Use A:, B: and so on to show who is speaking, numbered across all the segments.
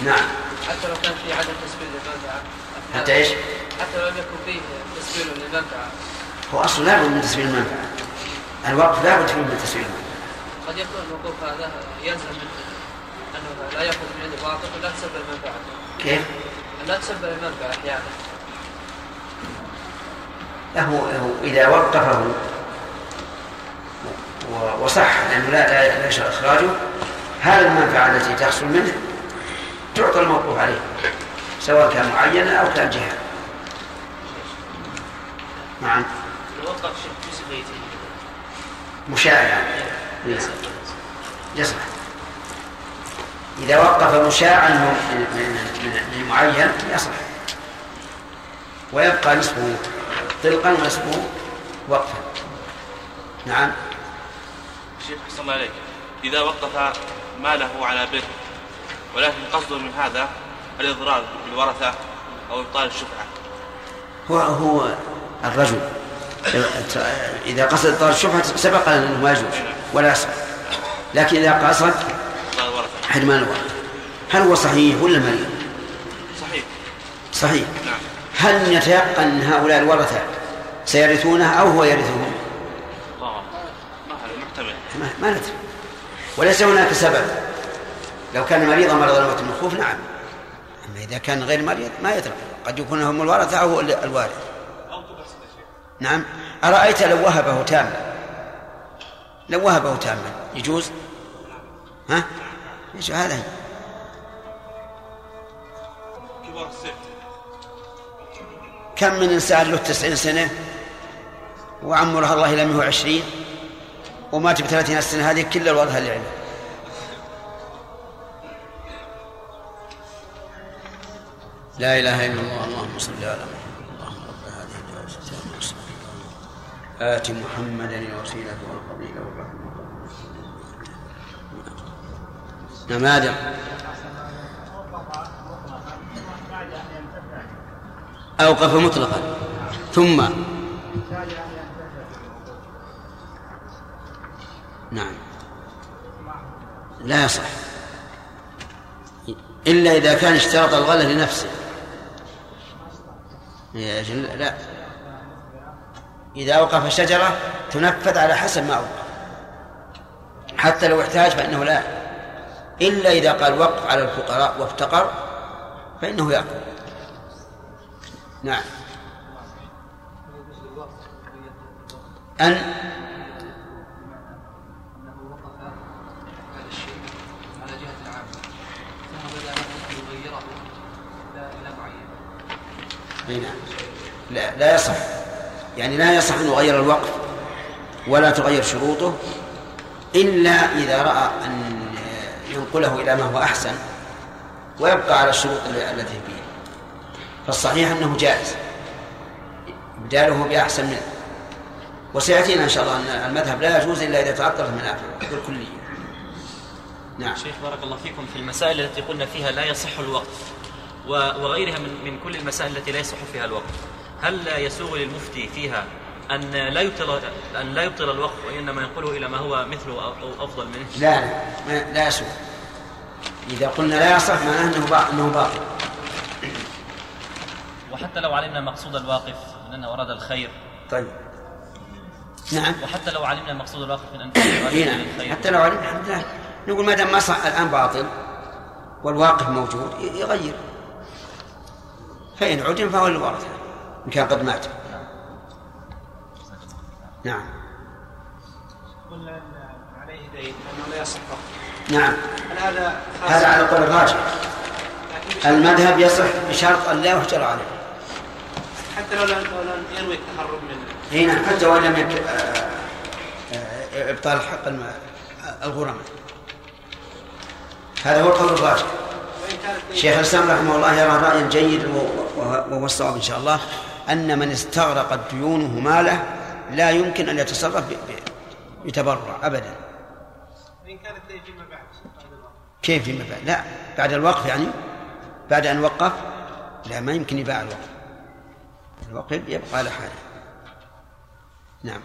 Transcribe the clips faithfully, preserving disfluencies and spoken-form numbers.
A: نعم.
B: حتى لو كان في عدم تسبيل للمنفعة.
A: حتى إيش؟
B: حتى لو لم يكن فيه تسبيل للمنفعة.
A: هو أصلا لا بد من تسبيل المنفعة. الوقف لا بد فيه من تسبيل المنفعة.
B: قد يكون الوقوف هذا يلزم منه أنه لا يأخذ من عنده باطل ولا تسبب المنفعة.
A: كيف؟
B: لا تسبب المنفعة أحيانا.
A: له إذا وقفه وصح لأنه لا لا يشرع إخراجه، هذه المنفعة التي تحصل منه تعطى الموقوف عليه سواء كان معينا أو كان جهة. نعم.
B: وقف شيء في بيته
A: مشاعا يصح. إذا وقف مشاعا من المعين يصح ويبقى نصفه طلقا ونصفه وقفا. نعم.
C: شيخ أحسن الله عليك، إذا وقف ماله على بر ولكن قصده من هذا الإضرار بالورثة أو إبطال الشفعة،
A: هو هو الرجل إذا قصد إبطال الشفعة سبق أنه ما يجوز ولا يصح، لكن إذا قصد حرمان الورثة هل هو صحيح ولا مريض؟
C: صحيح.
A: صحيح.
C: نعم.
A: هل نتيقن أن هؤلاء الورثة سيرثونه أو هو يرثهم؟
C: الله ما هذا محتمل.
A: ما, ما ندري، وليس هناك سبب. لو كان مريضا مرض الموت المخوف نعم، أما إذا كان غير مريض ما يدرك، قد يكون هم الورثة أو الوارث. نعم. أرأيت لو وهبه تاما، لو وهبه تاما يجوز؟ ها؟ ايش هذا؟
C: كبار السن.
A: كم من إنسان له تسعين سنة وعمرها الله إلى مئة وعشرين ومات بثلاثين سنة، هذه كل الورثة اللي عنده. لا إله إلا الله. اللهم صل على محمد. اللهم رب هذه الدعوة التامة آت محمدا الوسيلة والفضيلة والرحمة. نماذج أوقف مطلقا ثم نعم لا يصح إلا إذا كان اشترط الغلة لنفسه. لا، إذا أوقف شجرة تنفذ على حسب ما أوقف حتى لو احتاج فإنه لا، إلا إذا قال وقف على الفقراء وافتقر فإنه يأكل. نعم. أن لا لا يصح، يعني لا يصح أن يغير الوقف ولا تغير شروطه إلا إذا رأى أن ينقله إلى ما هو أحسن ويبقى على الشروط التي فيه. فالصحيح أنه جائز بداله بأحسن منه، وسيأتينا إن شاء الله أن المذهب لا يجوز إلا إذا تعطلت من آخر بالكلية. نعم.
D: شيخ بارك الله فيكم، في المسائل التي قلنا فيها لا يصح الوقف وغيرها من من كل المسائل التي لا يصح فيها الوقف، هل يسوغ للمفتي فيها أن لا يبطل أن لا يبطل الوقف وإنما ينقله إلى ما هو مثله أو أفضل منه؟
A: لا لا لا يسوغ. إذا قلنا لا يصح معناه أنه أنه باطل.
D: وحتى لو علمنا مقصود الواقف من أنه أراد الخير.
A: طيب. نعم.
D: وحتى لو علمنا مقصود الواقف من أنه أراد الخير.
A: حتى لو علمنا نقول ما دام ما صح الآن باطل والواقف موجود يغير، فإن عدم فهو الورثة إن كان قد مات. نعم.
B: قلنا عليه دين أنه لا يصح.
A: نعم.
B: هذا
A: هذا على قول الراجح. المذهب يصح بشرط أن لا يحجر عليه
B: حتى لو لم ينوي التحرر منه.
A: هنا حتى ولم يكن إبطال حق الغرماء. هذا هو القول الراجح. شيخ الإسلام رحمه الله يرى رأيا جيد وهو الصواب إن شاء الله، أن من استغرقت ديونه ماله لا يمكن أن يتصرف بتبرع أبدا. كيف فيما بعد؟ لا، بعد الوقف يعني بعد أن وقف لا، ما يمكن يباع الوقف، الوقف يبقى على حاله. نعم.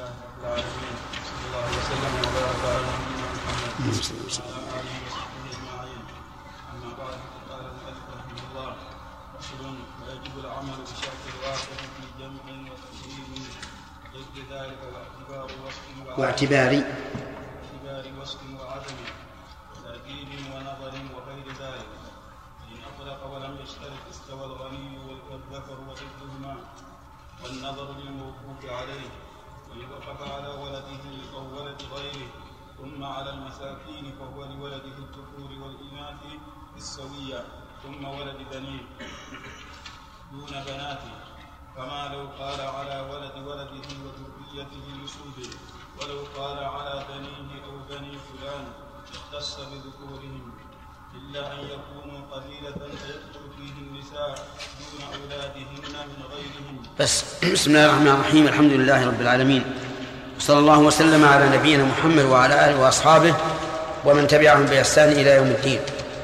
E: لله رب العالمين، صلى الله وسلم وبارك على نبينا محمد وعلى اله وصحبه اجمعين. اما بعد، قال المؤلف رحمه الله: فصل: ويجب العمل بشرط الواقع في جمع وتقديم ضد ذلك واعتبار وصف
A: واعتبار
E: واعتبار وصف وعدم وتأكيد ونظر وغير ذلك. إن أطلق ولم يشترط استوى الغني والذكر وضدهما، والنظر للموقوف عليه. وإن وقف على ولده أو ولد غيره ثم على المساكين فهو لولده الذكور والإناث بالسوية، ثم ولد بنيه دون بناته، كما لو قال على ولد ولده وذريته لصلبه، ولو قال على بنيه أو بني فلان اختص بذكورهم، إلا أن يكونوا قليلة فيدخل فيه النساء دون أولادهن من غيرهم.
A: بس. بسم الله الرحمن الرحيم، الحمد لله رب العالمين، صلى الله وسلم على نبينا محمد وعلى آله وأصحابه ومن تبعهم بإحسان إلى يوم الدين.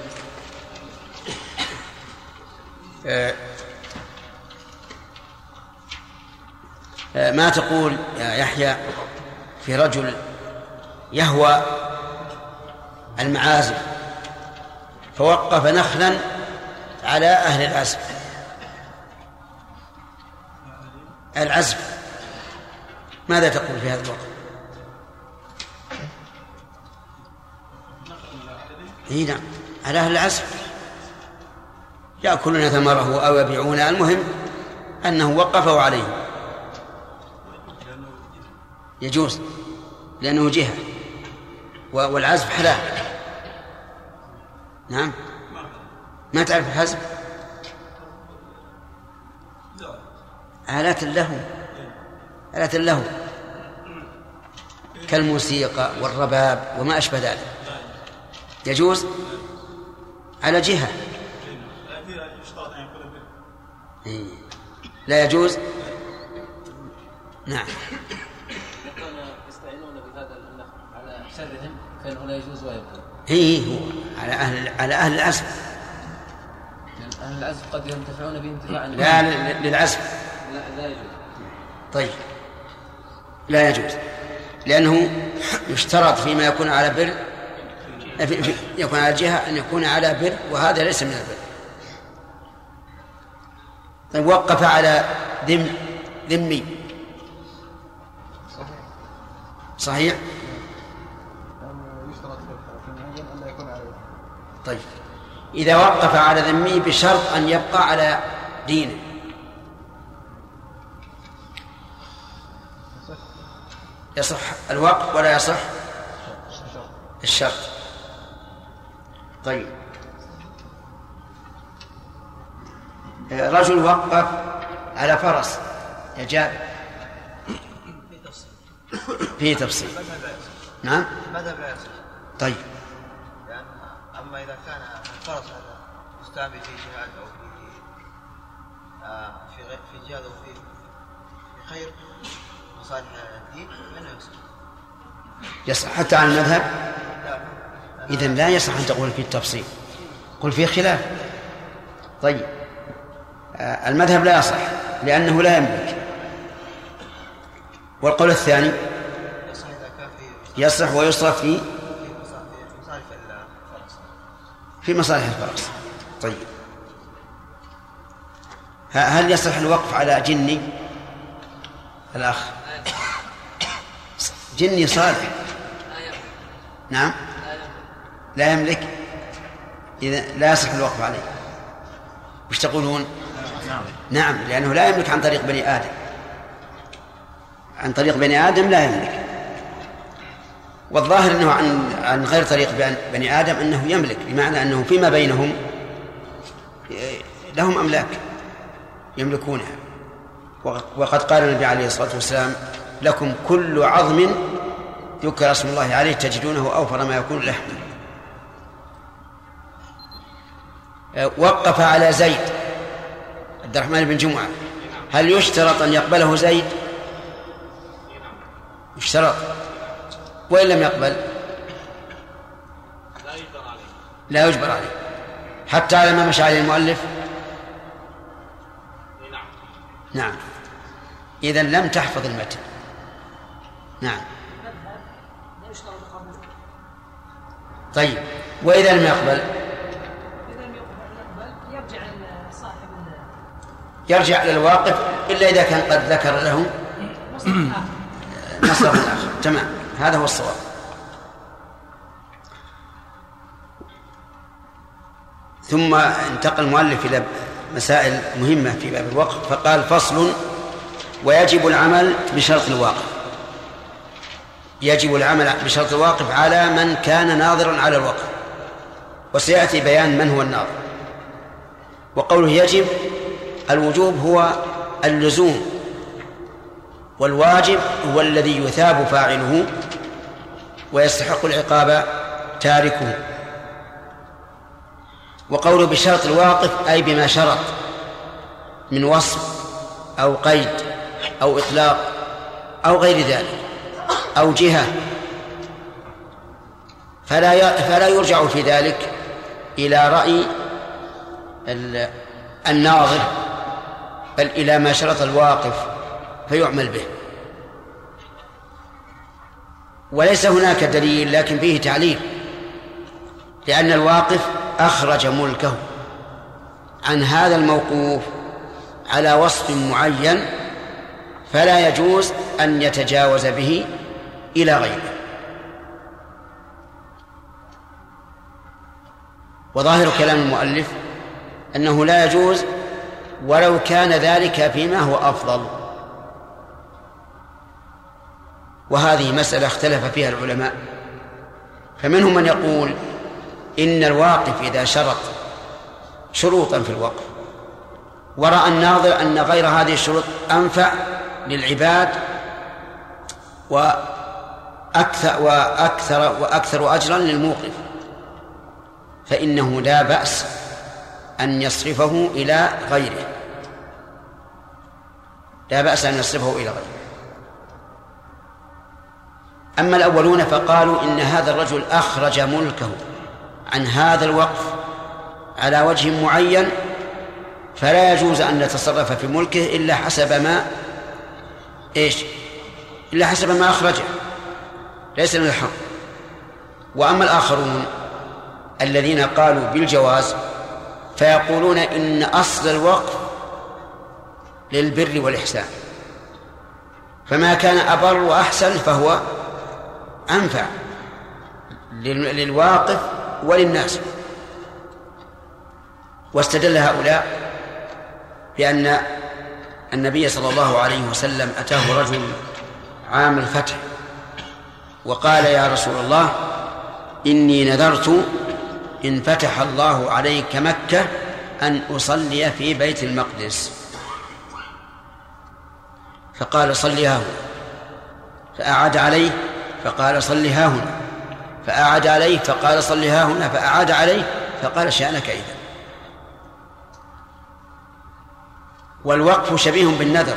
A: آه آه ما تقول يا يحيى في رجل يهوى المعازف فوقف نخلا على أهل العزف العزف ماذا تقول في هذا الوقت؟ إيه نعم، على أهل العزف يأكلون ثمره أو يبيعونه، المهم أنه وقفه عليه. يجوز لأنه جهة، والعزف حلال. نعم. ما تعرف الحزف؟ آلات اللهو، آلات اللهو كالموسيقى والرباب وما أشبه ذلك يجوز على جهة. لا يجوز. نعم.
B: يستعينون بهذا النخل على شرهم فإنه لا يجوز ويبقى.
A: هي هو على أهل على أهل العزف.
B: أهل العزف قد ينتفعون به انتفاعا
A: لا للعزف.
B: لا, لا يجوز.
A: طيب لا يجوز لأنه يشترط فيما يكون على بر يكون على جهة أن يكون على بر، وهذا ليس من البر. طيب وقف على ذم ذمي صحيح؟ طيب إذا وقف على ذمي بشرط أن يبقى على دينه يصح الوقف ولا يصح الشرط. طيب رجل وقف على فرس يا جابر فيه تفصيل. نعم. طيب
F: يعني أما إذا كان الفرس هذا مستعمل في جهاد أو في آه في غير في جهاد أو في في خير مصالح الدين منه يصح.
A: يصح حتى على المذهب. إذن لا يصح أن تقول في التفصيل، قل فيه خلاف. طيب آه المذهب لا يصح لأنه لا يملك. والقول الثاني يصح ويصرف في في مصالح الفرس. طيب هل يصح الوقف على جني الأخ جني صالح؟ نعم لا يملك، إذا لا يصح الوقف عليه. وش تقولون؟ نعم نعم لأنه لا يملك عن طريق بني آدم، عن طريق بني آدم لا يملك. والظاهر أنه عن, عن غير طريق بني آدم أنه يملك، بمعنى أنه فيما بينهم لهم أملاك يملكونها. وقد قال النبي عليه الصلاة والسلام: لكم كل عظم ذكر اسم الله عليه تجدونه أوفر ما يكون لحما. وقف على زيد عبد الرحمن بن جمعة، هل يشترط أن يقبله زيد؟ يشترط، وإن لم يقبل
C: لا يجبر عليه
A: لا يجبر عليه حتى على ما مشى عليه المؤلف.
C: نعم
A: نعم إذن لم تحفظ المتن. نعم. طيب وإذا لم يقبل
G: يرجع صاحب
A: يرجع للواقف إلا إذا كان قد ذكر له مصدر آخر. تمام، هذا هو الصواب. ثم انتقل المؤلف إلى مسائل مهمة في باب الوقف، فقال: فصل: ويجب العمل بشرط الواقف. يجب العمل بشرط الواقف على من كان ناظرا على الوقف، وسيأتي بيان من هو الناظر. وقوله يجب، الوجوب هو اللزوم، والواجب هو الذي يثاب فاعله ويستحق العقاب تاركه. وقوله بشرط الواقف أي بما شرط من وصف أو قيد أو إطلاق أو غير ذلك أو جهة، فلا فلا يرجع في ذلك إلى رأي الناظر، بل إلى ما شرط الواقف فيعمل به. وليس هناك دليل لكن فيه تعليل، لأن الواقف أخرج ملكه عن هذا الموقوف على وصف معين، فلا يجوز أن يتجاوز به إلى غيره. وظاهر كلام المؤلف أنه لا يجوز ولو كان ذلك فيما هو أفضل. وهذه مسألة اختلف فيها العلماء، فمنهم من يقول إن الواقف إذا شرط شروطا في الوقف ورأى الناظر أن غير هذه الشروط أنفع للعباد وأكثر وأكثر وأكثر أجرا للموقف، فإنه لا بأس أن يصرفه إلى غيره، لا بأس أن يصرفه إلى غيره. أما الأولون فقالوا إن هذا الرجل أخرج ملكه عن هذا الوقف على وجه معين، فلا يجوز أن نتصرف في ملكه إلا حسب ما إيش إلا حسب ما أخرجه، ليس من الحق. وأما الآخرون الذين قالوا بالجواز فيقولون إن أصل الوقف للبر والإحسان، فما كان أبر وأحسن فهو أنفع للواقف وللناس. واستدل هؤلاء بأن النبي صلى الله عليه وسلم أتاه رجل عام الفتح وقال: يا رسول الله، إني نذرت إن فتح الله عليك مكة أن أصلي في بيت المقدس. فقال: صل ها هنا. فأعاد عليه فقال: صل ها هنا. فأعاد عليه فقال: صل ها هنا. فأعاد عليه فقال: شأنك إذا. والوقف شبيه بالنذر،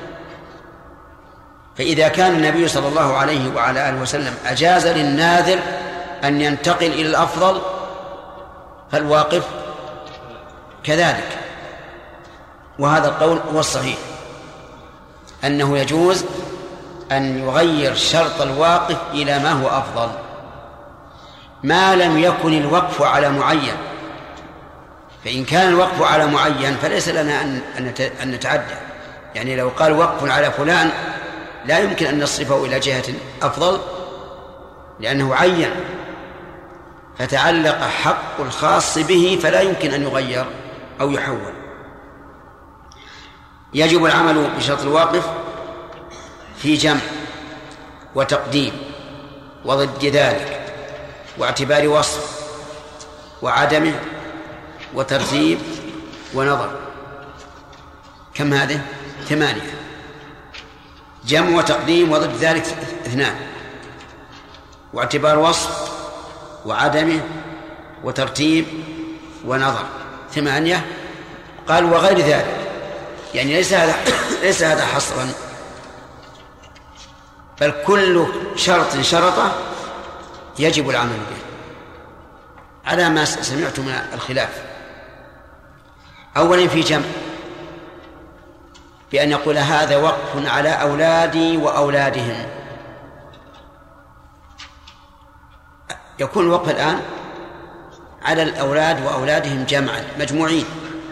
A: فإذا كان النبي صلى الله عليه وعلى آله وسلم أجاز للناذر أن ينتقل إلى الأفضل، فالواقف كذلك. وهذا القول هو الصحيح، أنه يجوز أن يغير شرط الواقف إلى ما هو أفضل ما لم يكن الوقف على معين. فإن كان الوقف على معين فليس لنا أن نتعدى، يعني لو قال وقف على فلان لا يمكن أن نصرفه إلى جهة أفضل لأنه عين، فتعلق حق الخاص به فلا يمكن أن يغير أو يحول. يجب العمل بشرط الواقف في جمع وتقديم وضد ذلك واعتبار وصف وعدمه وترتيب ونظر. كم هذه؟ ثمانية: جمع وتقديم وضد ذلك اثنان، واعتبار وصف وعدمه وترتيب ونظر ثمانية. قال: وغير ذلك، يعني ليس هذا ليس هذا حصرا، بل كل شرط شرطه يجب العمل به على ما سمعت من الخلاف. أولا في جمع، بأن يقول هذا وقف على أولادي وأولادهم، يكون الوقف الآن على الأولاد وأولادهم جمعا مجموعين.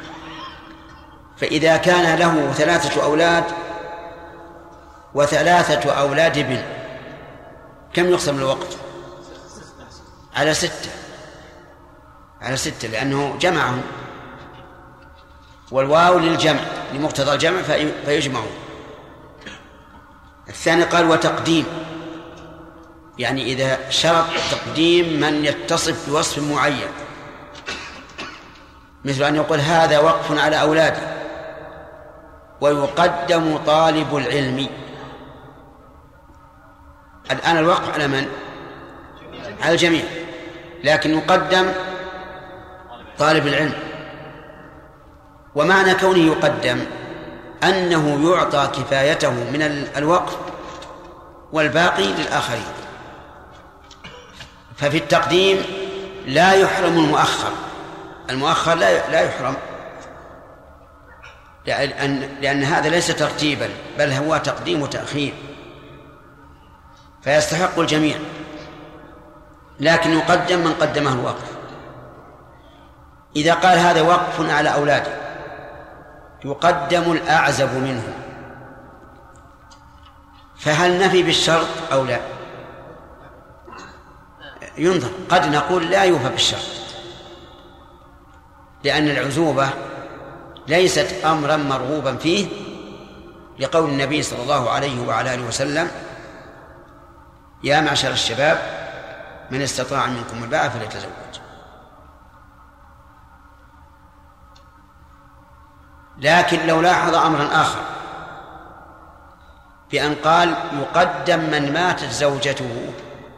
A: فإذا كان له ثلاثة أولاد وثلاثة أولاد ابن كم يقسم الوقت؟ على ستة، على ستة لأنه جمعهم، والواو للجمع لمقتضى الجمع فيجمعون. الثاني قال وتقديم، يعني إذا شرط تقديم من يتصف بوصف معين، مثل أن يقول هذا وقف على أولادي ويقدم طالب العلم. الآن الوقف على من؟ على الجميع، لكن يقدم طالب العلم. ومعنى كونه يقدم أنه يعطى كفايته من الوقف والباقي للآخرين. ففي التقديم لا يحرم المؤخر، المؤخر لا لا يحرم، لأن, لأن هذا ليس ترتيبا بل هو تقديم وتأخير، فيستحق الجميع، لكن يقدم من قدمه الوقف. إذا قال هذا وقف على أولاده يقدم الأعزب منه، فهل نفي بالشرط أو لا؟ ينظر، قد نقول لا يوفى بالشرط، لأن العزوبة ليست أمرا مرغوبا فيه، لقول النبي صلى الله عليه وعلى آله وسلم يا معشر الشباب من استطاع منكم الباءة فليتزوج. لكن لو لاحظ أمرا آخر بأن قال يقدم من ماتت زوجته،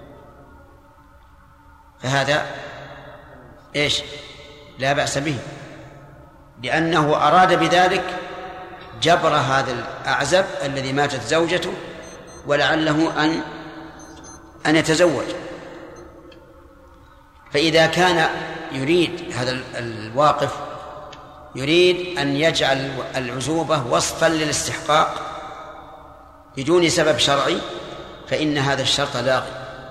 A: فهذا إيش؟ لا بأس به، لأنه أراد بذلك جبر هذا الأعزب الذي ماتت زوجته ولعله أن أن يتزوج. فإذا كان يريد هذا الواقف يريد أن يجعل العزوبة وصفا للاستحقاق بدون سبب شرعي، فإن هذا الشرط لاغي،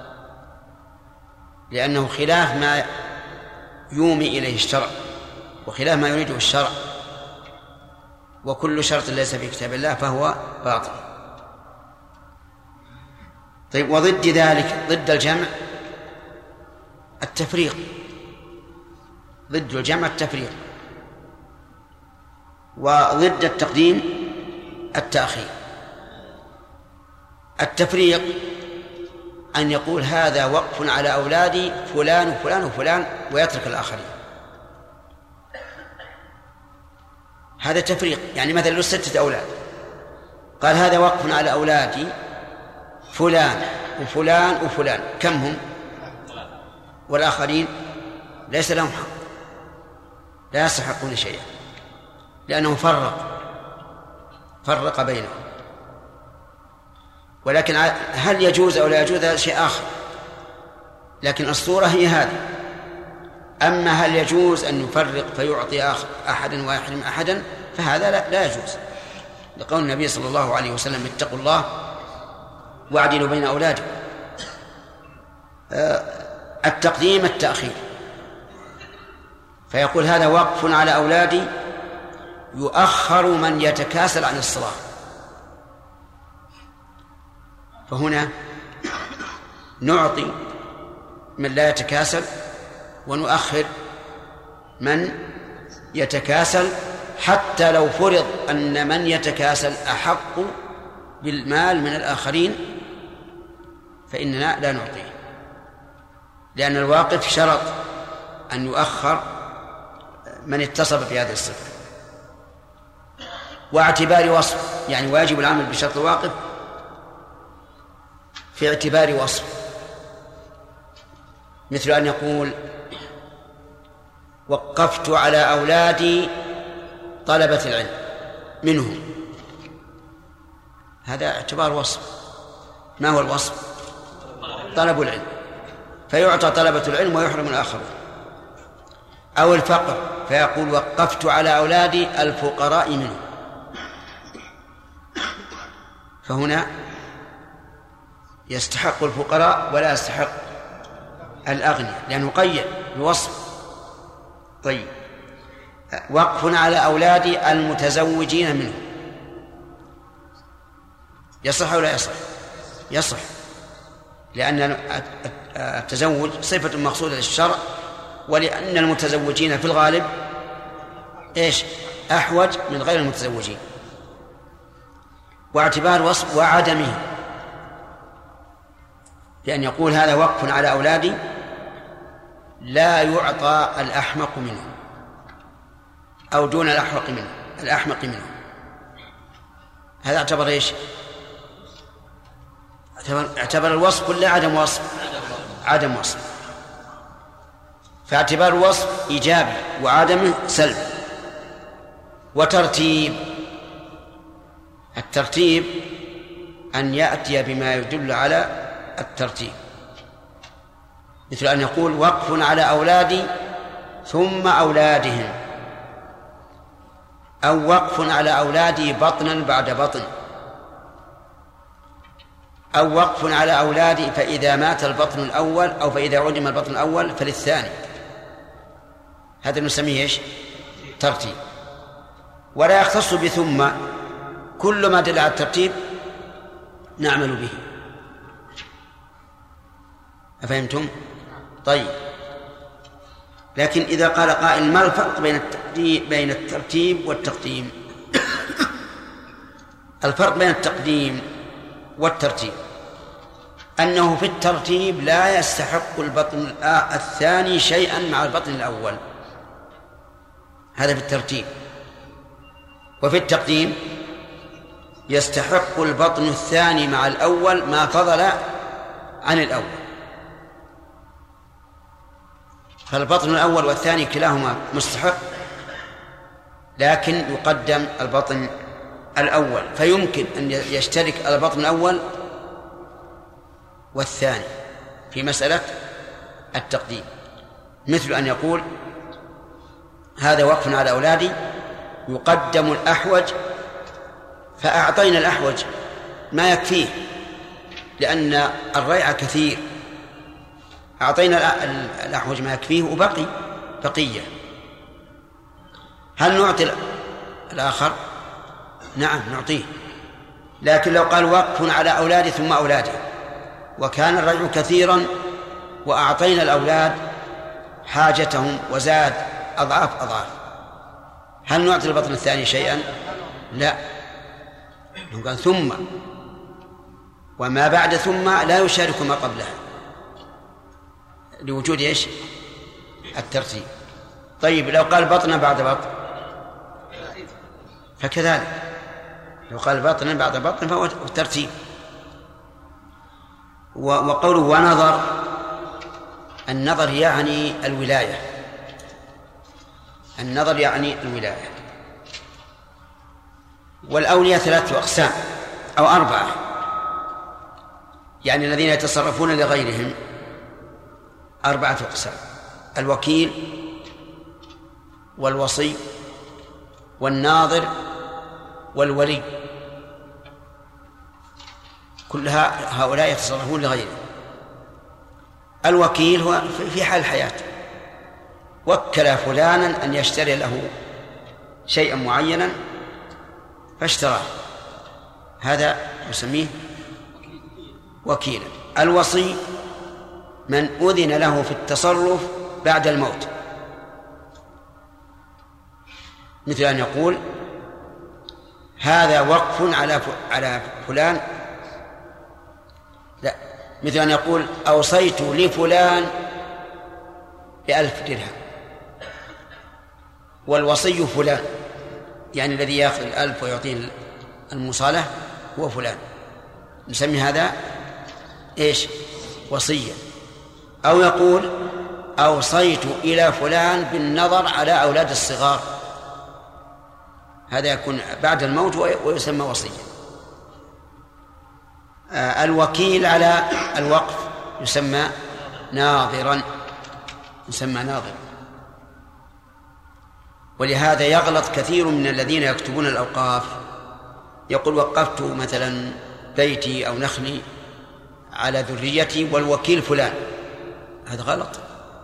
A: لأنه خلاف ما يومي إليه الشرع وخلاف ما يريده الشرع، وكل شرط ليس في كتاب الله فهو باطل. طيب، وضد ذلك ضد الجمع التفريق، ضد الجمع التفريق، وضد التقديم التأخير. التفريق أن يقول هذا وقف على أولادي فلان وفلان وفلان ويترك الآخرين، هذا تفريق. يعني مثلا له ستة أولاد، قال هذا وقف على أولادي فلان وفلان وفلان، كم هم؟ والآخرين ليس لهم حق، لا يستحقون شيئا، لأنه فرق فرق بينهم. ولكن هل يجوز أو لا يجوز هذا شيء آخر، لكن الصورة هي هذه. أما هل يجوز أن يفرق فيعطي أحدا ويحرم أحدا، فهذا لا, لا يجوز، لقول النبي صلى الله عليه وسلم اتقوا الله واعدلوا بين أولادكم. التقديم التأخير، فيقول هذا وقف على أولادي يؤخر من يتكاسل عن الصلاة، فهنا نعطي من لا يتكاسل ونؤخر من يتكاسل، حتى لو فرض أن من يتكاسل أحق بالمال من الآخرين فإننا لا نعطيه، لأن الواقف شرط أن يؤخر من اتصف بهذه الصفة. واعتبار وصف، يعني واجب العمل بشرط الواقف في اعتبار وصف، مثل أن يقول وقفت على أولادي طلبة العلم منهم، هذا اعتبار وصف. ما هو الوصف؟ طلب العلم، فيعطى طلبة العلم ويحرم الآخرون. أو الفقر، فيقول وقفت على أولادي الفقراء منهم، فهنا يستحق الفقراء ولا يستحق الأغنياء لأنه قيد بوصف. طيب وقف على أولاد المتزوجين منه يصح أو لا يصح؟ يصح، لأن التزوج صفة مقصودة للشرع، ولأن المتزوجين في الغالب إيش؟ أحوج من غير المتزوجين. واعتبار وصف وعدمه، لأن يقول هذا وقف على أولادي لا يعطى الأحمق منه أو دون الأحمق منه الأحمق منه هذا اعتبر إيش؟ اعتبر, اعتبر الوصف كله عدم وصف عدم وصف فاعتبار الوصف إيجابي وعدمه سلب. وترتيب، الترتيب أن يأتي بما يدل على الترتيب، مثل أن يقول وقف على أولادي ثم أولادهم، أو وقف على أولادي بطنا بعد بطن، أو وقف على أولادي فإذا مات البطن الأول أو فإذا عدم البطن الأول فللثاني. هذا نسميه إيش؟ ترتيب. ولا يختص بثم، كل ما دل على الترتيب نعمل به. أفهمتم؟ طيب، لكن إذا قال قائل ما الفرق بين الترتيب بين الترتيب والتقديم؟ الفرق بين التقديم والترتيب أنه في الترتيب لا يستحق البطن الثاني شيئا مع البطن الأول، هذا في الترتيب. وفي التقديم يستحق البطن الثاني مع الأول ما فضل عن الأول، فالبطن الأول والثاني كلاهما مستحق، لكن يقدم البطن الأول، فيمكن أن يشترك البطن الأول والثاني في مسألة التقديم، مثل أن يقول هذا وقف على أولادي يقدم الأحوج فأعطينا الأحوج ما يكفيه لأن الريع كثير، أعطينا الأحوج ما يكفيه وبقي بقية. هل نعطي الآخر؟ نعم نعطيه، لكن لو قال وقف على أولادي ثم أولادي وكان الريع كثيرا وأعطينا الأولاد حاجتهم وزاد أضعاف أضعاف، هل نعطي البطن الثاني شيئا؟ لا، قال ثم، وما بعد ثم لا يشارك ما قبلها لوجود إيش؟ الترتيب. طيب لو قال بطنا بعد بطن فكذلك، لو قال بطنا بعد بطن فهو الترتيب. وقوله ونظر، النظر يعني الولاية، النظر يعني الولاية. والأولياء ثلاثة أقسام أو أربعة، يعني الذين يتصرفون لغيرهم أربعة أقسام: الوكيل والوصي والناظر والولي، كل هؤلاء يتصرفون لغيرهم. الوكيل هو في حال الحياة وكل فلانا أن يشتري له شيئا معينا فاشتراه، هذا يسميه وكيلا. الوصي من أذن له في التصرف بعد الموت، مثل أن يقول هذا وقف على على فلان، لا، مثل أن يقول أوصيت لفلان بألف درهم والوصي فلان، يعني الذي يأخذ الألف ويعطيه المصالح هو فلان، نسمي هذا إيش؟ وصية. أو يقول أوصيت إلى فلان بالنظر على أولاد الصغار، هذا يكون بعد الموت ويسمى وصية. آه الوكيل على الوقف يسمى ناظرا، يسمى ناظر. ولهذا يغلط كثير من الذين يكتبون الأوقاف، يقول وقفت مثلا بيتي أو نخلي على ذريتي والوكيل فلان، هذا غلط.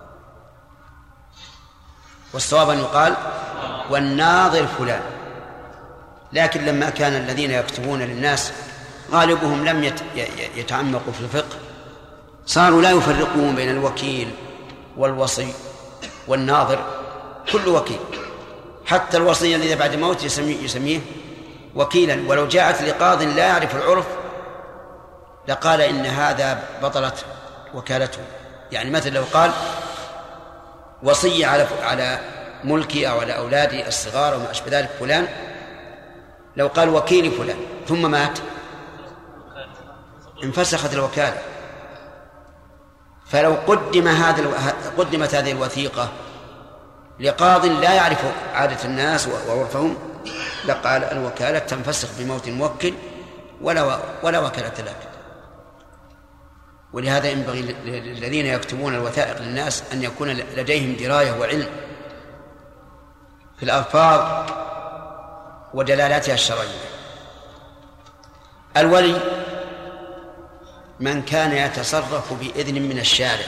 A: والصواب أن يقال والناظر فلان. لكن لما كان الذين يكتبون للناس غالبهم لم يتعمقوا في الفقه صاروا لا يفرقون بين الوكيل والوصي والناظر، كل وكيل، حتى الوصي الذي بعد موت يسميه, يسميه وكيلا، ولو جاءت لقاض لا يعرف العرف لقال إن هذا بطلت وكالته. يعني مثل لو قال وصي على على ملكي أو على أولادي الصغار وما أشبه ذلك فلان، لو قال وكيل فلان ثم مات انفسخت الوكالة. فلو قدم هذا قدمت هذه الوثيقة لقاض لا يعرف عادة الناس وعرفهم لقال الوكالة تنفسخ بموت الموكل ولا ولا وكالة لك. ولهذا ينبغي للذين يكتبون الوثائق للناس أن يكون لديهم دراية وعلم في الألفاظ ودلالاتها الشرعية. الولي من كان يتصرف بإذن من الشارع،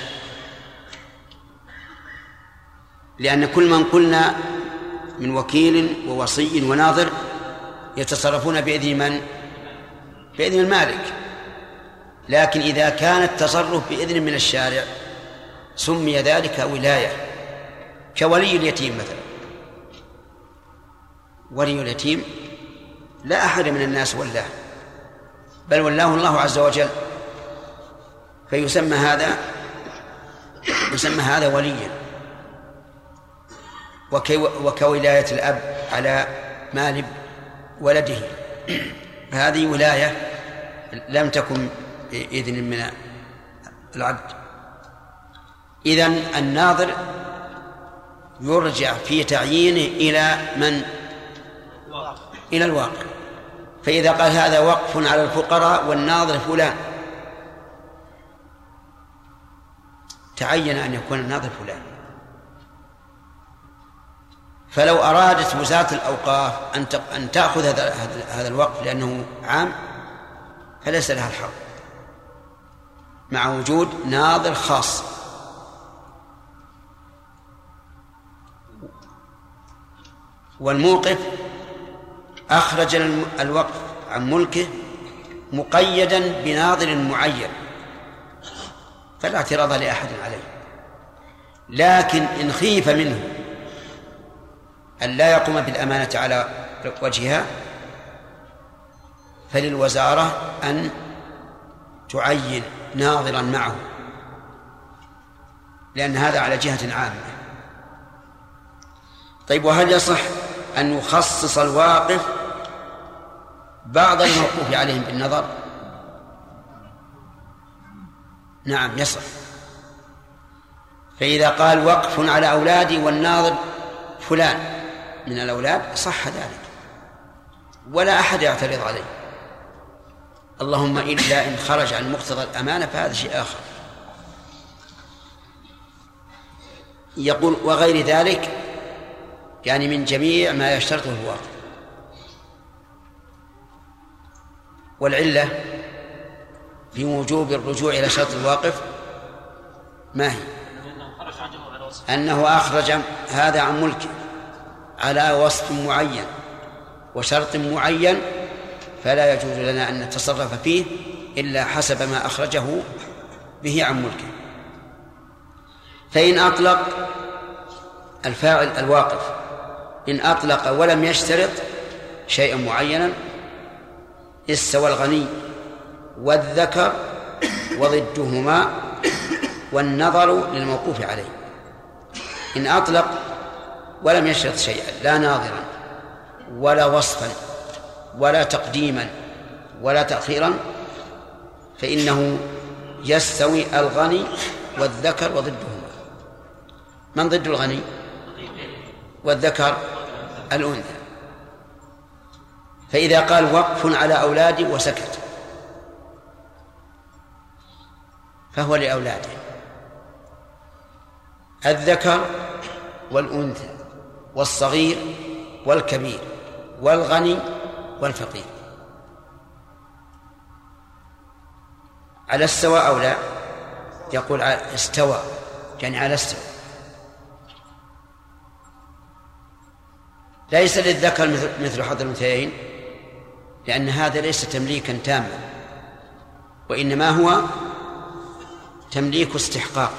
A: لأن كل من قلنا من وكيل ووصي وناظر يتصرفون بإذن من؟ بإذن المالك. لكن إذا كان التصرف بإذن من الشارع سمي ذلك ولاية، كولي اليتيم مثلا. ولي اليتيم لا أحد من الناس ولاه، بل ولاه الله عز وجل، فيسمى هذا يسمى هذا وليا. وكولاية الأب على مال ولده، هذه ولاية لم تكن بإذن من العبد. إذن الناظر يرجع في تعيينه إلى من؟ إلى الواقع. فإذا قال هذا وقف على الفقراء والناظر فلان تعين أن يكون الناظر فلان. فلو أرادت وزارة الأوقاف أن تأخذ هذا الوقف لأنه عام فليس لها الحق مع وجود ناظر خاص. والموقف أخرج الوقف عن ملكه مقيدا بناظر معين فلا اعتراض لأحد عليه. لكن إن خيف منه أن لا يقوم بالأمانة على وجهها فللوزارة أن تعين ناظرا معه، لأن هذا على جهة عامة. طيب، وهل يصح أن يخصص الواقف بعض الموقوف عليهم بالنظر؟ نعم يصح. فإذا قال وقف على أولادي والناظر فلان من الأولاد صح ذلك ولا أحد يعترض عليه، اللهم إلا إن خرج عن مقتضى الأمانة فهذا شيء آخر. يقول وغير ذلك يعني من جميع ما يشترطه الواقف. والعلة في وجوب الرجوع إلى شرط الواقف ما هي؟ أنه أخرج هذا عن ملكه على وصف معين وشرط معين، فلا يجوز لنا أن نتصرف فيه إلا حسب ما أخرجه به عن ملكه. فإن أطلق الفاعل الواقف إن أطلق ولم يشترط شيئا معينا استوى الغني والذكر وضدهما والنظر للموقوف عليه. إن أطلق ولم يشترط شيئا لا ناظرا ولا وصفا ولا تقديما ولا تأخيرا فإنه يستوي الغني والذكر وضدهما. من ضد الغني والذكر؟ الأنثى. فإذا قال وقف على أولادي وسكت فهو لأولاده الذكر والأنثى والصغير والكبير والغني والفقير على السواء أو لا؟ يقول استوى يعني على استوى. ليس للذكر مثل حظ الأنثيين، لأن هذا ليس تمليكا تاما، وإنما هو تمليك استحقاق.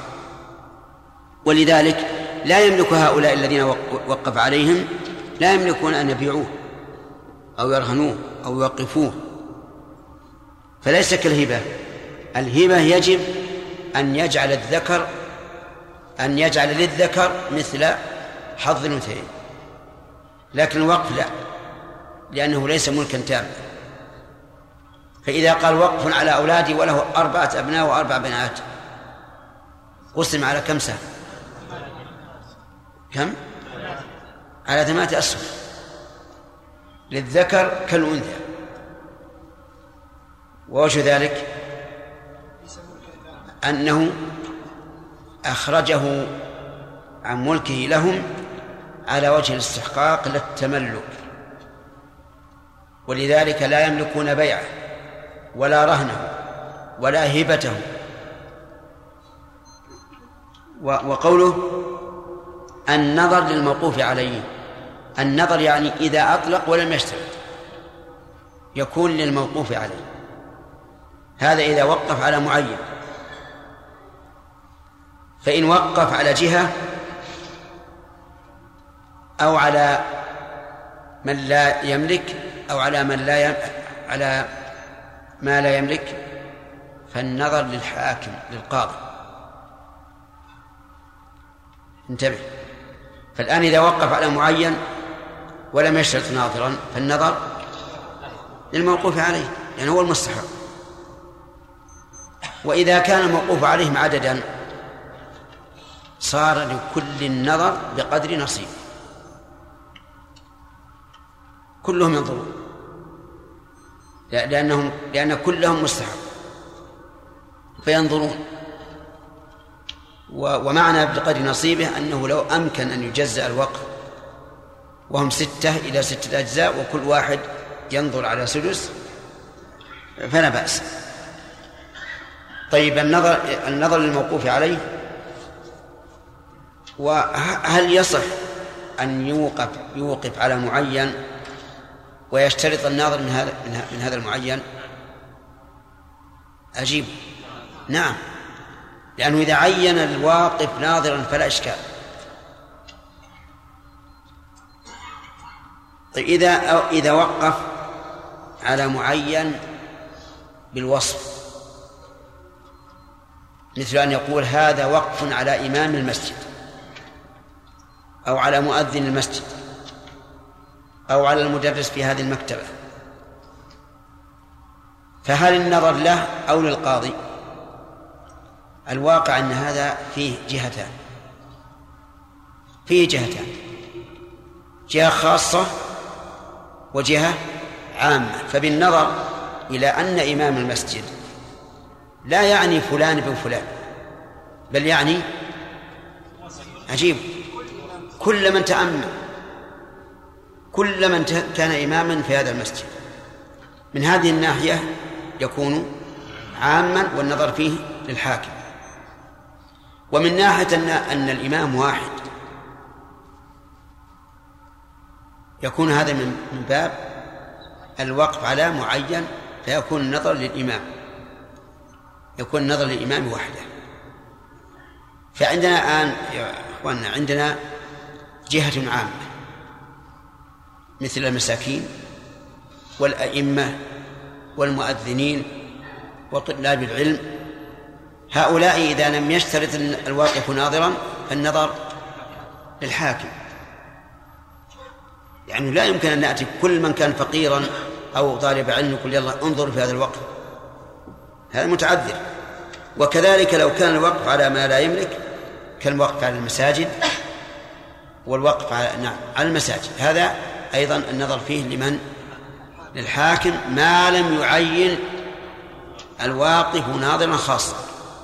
A: ولذلك لا يملك هؤلاء الذين وقف عليهم، لا يملكون أن يبيعوه أو يرهنوه أو يوقفوه، فليس كالهبة. الهبة يجب أن يجعل الذكر أن يجعل للذكر مثل حظ الأنثيين، لكن الوقف لا، لأنه ليس ملكا تاما. فإذا قال وقف على أولادي وله أربعة أبناء وأربع بنات، قسم على كم سهم؟ كم؟ على ثمانية أسهم، للذكر كالأنثى. ووجه ذلك أنه أخرجه عن ملكه لهم على وجه الاستحقاق للتملك، ولذلك لا يملكون بيعه ولا رهنه ولا هبته. وقوله النظر للموقوف عليه، النظر يعني إذا أطلق ولم يشترط يكون للموقوف عليه، هذا إذا وقف على معين. فإن وقف على جهة أو على من لا يملك أو على من لا يم... على ما لا يملك، فالنظر للحاكم للقاضي. انتبه، فالآن إذا وقف على معين ولم يشترط ناظرا فالنظر للموقوف عليه، يعني هو المستحق. وإذا كان الموقوف عليهم عددا صار لكل النظر بقدر نصيب، كلهم ينظرون لأنهم لأن كلهم مستحق فينظرون. ومعنى بقدر نصيبه أنه لو أمكن أن يجزأ الوقف وهم ستة إلى ستة أجزاء وكل واحد ينظر على سدس فلا بأس. طيب، النظر النظر للموقوف عليه، وهل يصح أن يوقف يوقف على معين ويشترط الناظر من هذا من هذا المعين؟ أجيب نعم، لأنه إذا عين الواقف ناظرا فلا إشكال. طيب، إذا أو إذا وقف على معين بالوصف، مثل أن يقول هذا وقف على إمام المسجد أو على مؤذن المسجد أو على المدرس في هذه المكتبة، فهل النظر له أو للقاضي؟ الواقع أن هذا فيه جهتان فيه جهتان جهة خاصة وجهة عامة. فبالنظر إلى أن إمام المسجد لا يعني فلان بن فلان، بل يعني عجيب كل من تأمن، كل من كان إماما في هذا المسجد. من هذه الناحية يكون عاما والنظر فيه للحاكم. ومن ناحية أن, أن الإمام واحد يكون هذا من باب الوقف على معين، فيكون النظر للإمام يكون النظر للإمام وحده. فعندنا الآن يا أخواننا عندنا جهة عامة مثل المساكين والأئمة والمؤذنين وطلاب العلم، هؤلاء إذا لم يشترط الواقف ناظرا فالنظر للحاكم. يعني لا يمكن أن نأتي كل من كان فقيرا أو طالب علم يقول يلا انظر في هذا الوقف، هذا متعذر. وكذلك لو كان الوقف على ما لا يملك كالوقف على المساجد والوقف على نعم على المساجد، هذا أيضا النظر فيه لمن؟ للحاكم، ما لم يعين الواقف ناظرا خاصا.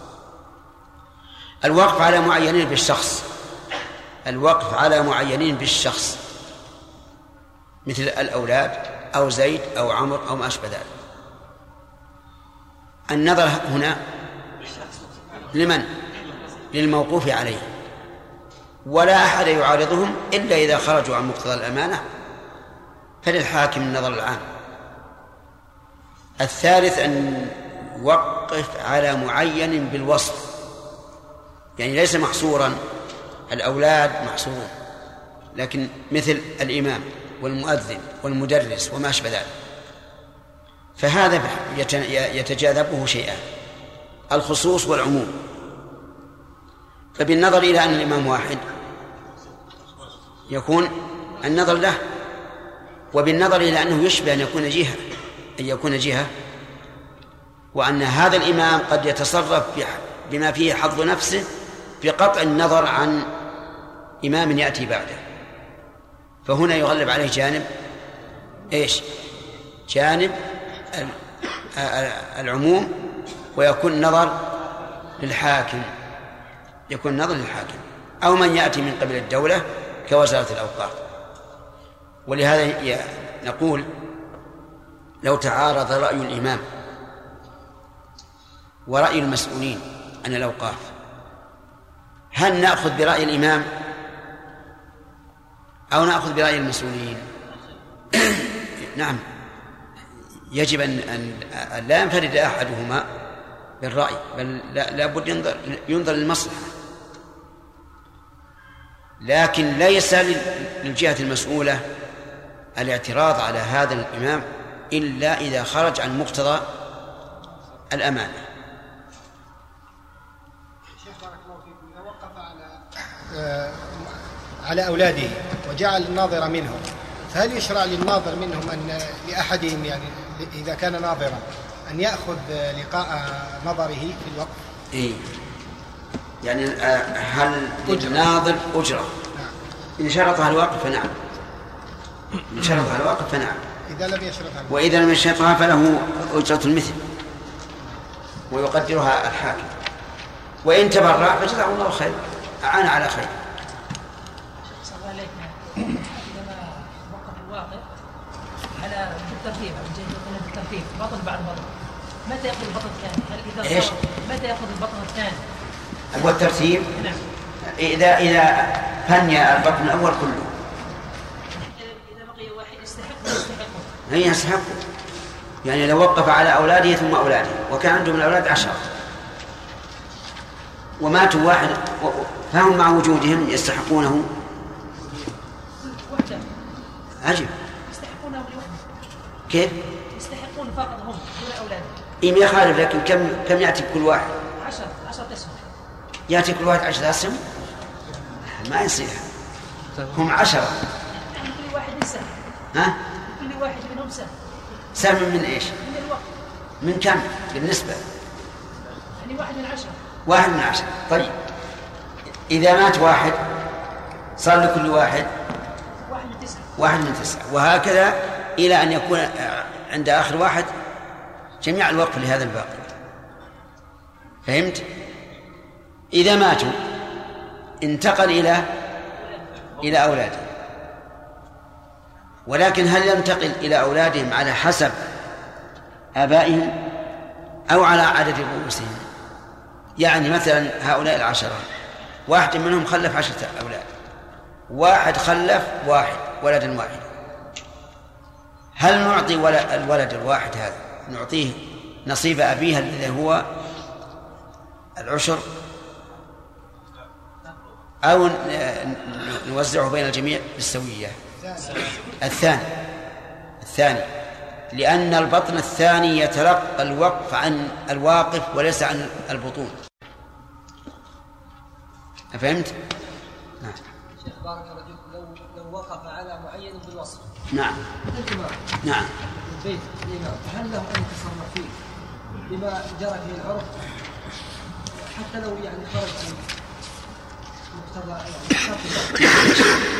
A: الوقف على معينين بالشخص الوقف على معينين بالشخص مثل الأولاد أو زيد أو عمر أو ما أشبه ذلك، النظر هنا لمن؟ للموقوف عليه، ولا أحد يعارضهم إلا إذا خرجوا عن مقتضى الأمانة فللحاكم النظر العام. الثالث أن يوقف على معين بالوصف، يعني ليس محصورا، الأولاد محصورون، لكن مثل الإمام والمؤذن والمدرس وما أشبه ذلك، فهذا يتجاذبه شيئان: الخصوص والعموم. فبالنظر إلى أن الإمام واحد يكون النظر له، وبالنظر إلى أنه يشبه أن يكون جهة أن يكون جهة وأن هذا الإمام قد يتصرف بما فيه حظ نفسه بقطع النظر عن إمام يأتي بعده، فهنا يغلب عليه جانب إيش؟ جانب العموم، ويكون النظر للحاكم يكون نظر للحاكم أو من يأتي من قبل الدولة كوزارة الأوقاف. ولهذا نقول لو تعارض رأي الإمام ورأي المسؤولين عن الأوقاف، هل نأخذ برأي الإمام أو نأخذ برأي المسؤولين؟ نعم، يجب أن, أن لا ينفرد أحدهما بالرأي، بل لا بد ينظر, ينظر للمصلحة. لكن ليس للجهة المسؤولة الاعتراض على هذا الإمام إلا إذا خرج عن مقتضى الأمانة.
G: شيخ بارك الله فيكم، إذا وقف على على أولاده وجعل الناظر منهم، فهل يشرع للناظر منهم أن لأحدهم، يعني إذا كان ناظرا، أن يأخذ لقاء نظره في الوقف؟
A: إيه، يعني هل للناظر أجرة؟
G: نعم.
A: إن شرطها الوقف فنعم، إن شرطها الوقف فنعم،
G: إذا لم يشرطها،
A: وإذا لم يشرطها فله أجرة المثل ويقدرها الحاكم، وإن تبرع فجزاه الله خير، أعان على خير.
H: عندما وقف الواقف على بالترتيب، بالترتيب بطن بعد بطن، متى يأخذ البطن الثاني؟ هل إذا
A: إيش؟
H: متى يأخذ البطن الثاني؟
A: هو الترتيب؟
H: نعم.
A: إذا إذا فني البطن الأول كله،
H: إذا بقي واحد يستحق يستحقه.
A: هي يستحقه، يعني لو وقف على أولاده ثم أولاده وكان عندهم الأولاد عشرة وماتوا واحد فهم مع وجودهم يستحقونه
H: وحده.
A: عجب.
H: يستحقونه لوحده.
A: كيف؟
H: يستحقون فقط هم دون أولاده.
A: إيه ما يخالف، لكن كم كم يأتي كل واحد؟
H: عشرة عشرة أسهم.
A: يأتي كل واحد عشرة أسهم؟ ما يصير، هم عشرة.
H: يعني كل واحد سهم.
A: ها؟
H: كل واحد منهم سهم.
A: سهم من إيش؟
H: من الوقت.
A: من كم بالنسبة؟
H: يعني واحد من عشرة.
A: واحد من عشرة. طيب إذا مات واحد صار لكل واحد
H: واحد من تسعة.
A: واحد من تسعة، وهكذا إلى أن يكون عند آخر واحد جميع الوقف لهذا الباقي. فهمت؟ إذا ماتوا انتقل إلى إلى أولاده، ولكن هل ينتقل إلى أولادهم على حسب آبائهم أو على عدد رؤوسهم؟ يعني مثلا هؤلاء العشرة واحد منهم خلف عشرة أولاد، واحد خلف واحد ولدا واحد، هل نعطي الولد الواحد هذا نعطيه نصيب أبيه الذي هو العشر أو نوزعه بين الجميع بالسوية؟ الثاني الثاني لأن البطن الثاني يتلقى الوقف عن الواقف وليس عن البطون. أفهمت؟
I: نعم. شيخ بارك الله فيك، لو لو وقف على معين بالوصف.
A: نعم.
I: الإمام.
A: نعم.
I: البيت الإمام، هل له أن يتصرف فيه بما جرى فيه العرف حتى لو يعني خرج عن مقتضى يعني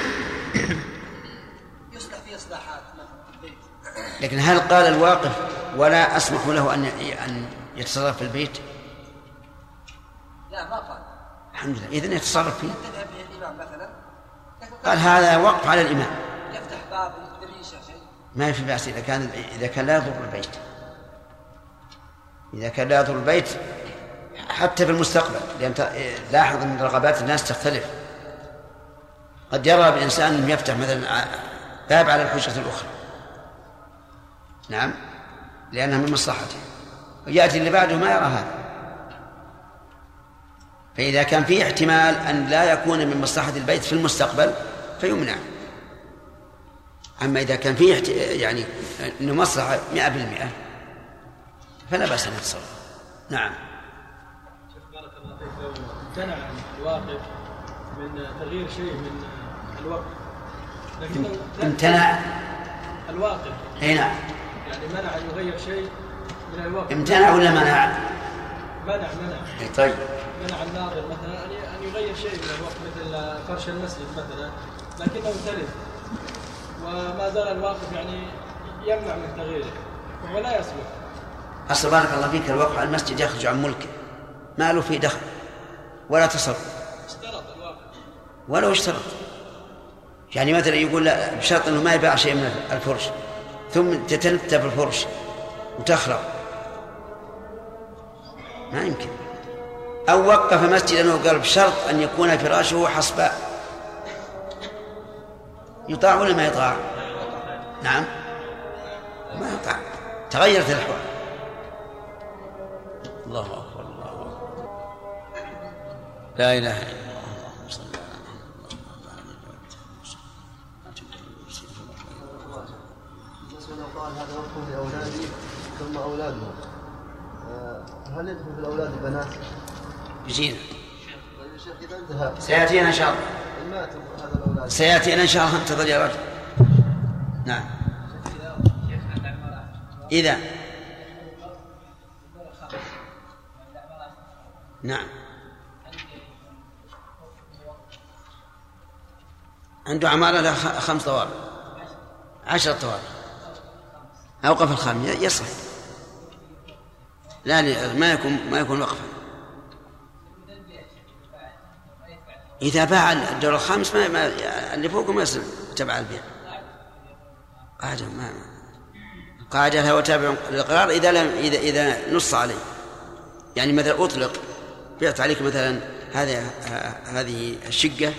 I: يصلح فيه إصلاحات مثلا البيت؟
A: لكن هل قال الواقف ولا أسمح له أن أن يتصرف في البيت؟
I: لا ما قال.
A: الحمد لله، إذن يتصرف فيه.
I: تذهب به الإمام مثلا،
A: قال هذا وقف على الإمام،
I: يفتح باب الريشة شيء
A: ما في بأس إذا كان إذا كان لا يضر البيت، إذا كان لا يضر البيت حتى في المستقبل، لأن لاحظ أن رغبات الناس تختلف. قد يرى الإنسان أنه يفتح مثلا باب على الحجرة الأخرى، نعم، لأنها من مصلحته، ويأتي اللي بعده ما يرى هذا. فإذا كان فيه احتمال أن لا يكون من مصلحة البيت في المستقبل فيمنع. أما إذا كان فيه يعني أنه مصلحة مئة بالمئة فلا بأس أن يتصرف. نعم.
J: بارك الله فيك. لو امتنع الواقف من تغيير شيء من الوقت، لكن
A: امتنع
J: الواقف
A: اي نعم،
J: يعني منع أن يغير شيء من الوقت.
A: امتنع ولا منع؟
J: منع منع
A: اي طيب.
J: منع الناظر مثلا أن يغير شيء من الوقت مثل فرش المسجد مثلا، لكنه تلف وما زال الواقف يعني يمنع من تغييره وهو لا يصلح.
A: أصل بارك الله فيك الوقف على المسجد يخرج عن ملكه، ما له فيه دخل ولا تصرف.
J: اشترط الواقف
A: ولو اشترط، يعني مثلا يقول لا بشرط أنه ما يباع شيء من الفرش، ثم تتنتف الفرش وتخرب، ما يمكن. أو وقف مسجدا وقال بشرط أن يكون فراشه حصباء، يطاع ولا ما يطاع؟ نعم ما يطاع، تغيرت الأحوال. الله أكبر الله أكبر، لا إله إلا الله.
F: قال هذا وقف لأولادي ثم أولادهم، هل يدخل في الأولاد البنات؟
A: يجينا
F: إذا انتهى
A: سيأتينا إن شاء الله، سيأتينا إن شاء الله. انتظر يا رجل. نعم. إذا نعم عنده عمارة له خمس طوابق عشر طوابق، أوقف الخامس يصح، لا ما يكون ما يكون وقفا. إذا باع الدور الخامس ما, ما اللي فوقه ما يصير تبع البيع. قاعدة ما قاعدة هو تابع الإقرار إذا لم إذا إذا نص عليه، يعني مثلا أطلق بعت عليك مثلا هذه هذه الشقة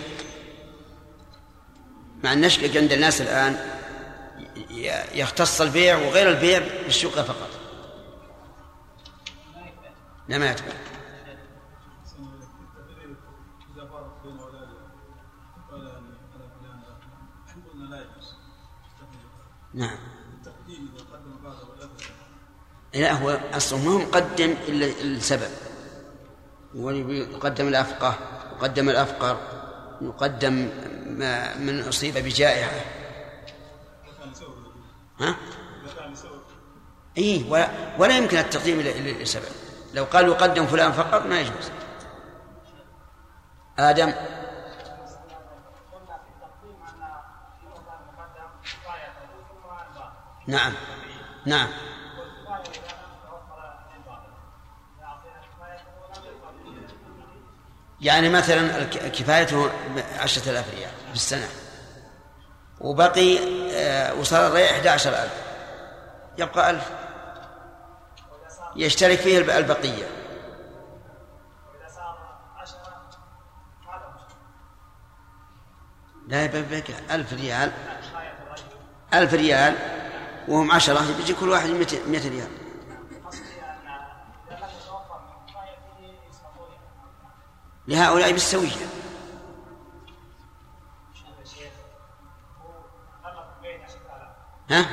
A: مع النشقة عند الناس الآن يختص البيع وغير البيع بالشقة فقط، لا ما يتبع. نعم. لا هو أصلا ما هو مقدم إلا السبب، ويقدم الأفقه وقدم الأفقر، يقدم ما من أصيب بجائحة. ها؟ إيه ولا, ولا يمكن التقديم إلا السبب. لو قال يقدم فلان فقط ما يجوز. آدم. نعم نعم. يعني مثلا كفايته عشرة آلاف ريال في السنة، وبقي وصار الريع أحد عشر ألف، يبقى ألف يشترك فيه البقية. لا يبقى ألف ريال، ألف ريال وهم عشرة يجي كل واحد مئة ريال. لهؤلاء بالسوية. ها؟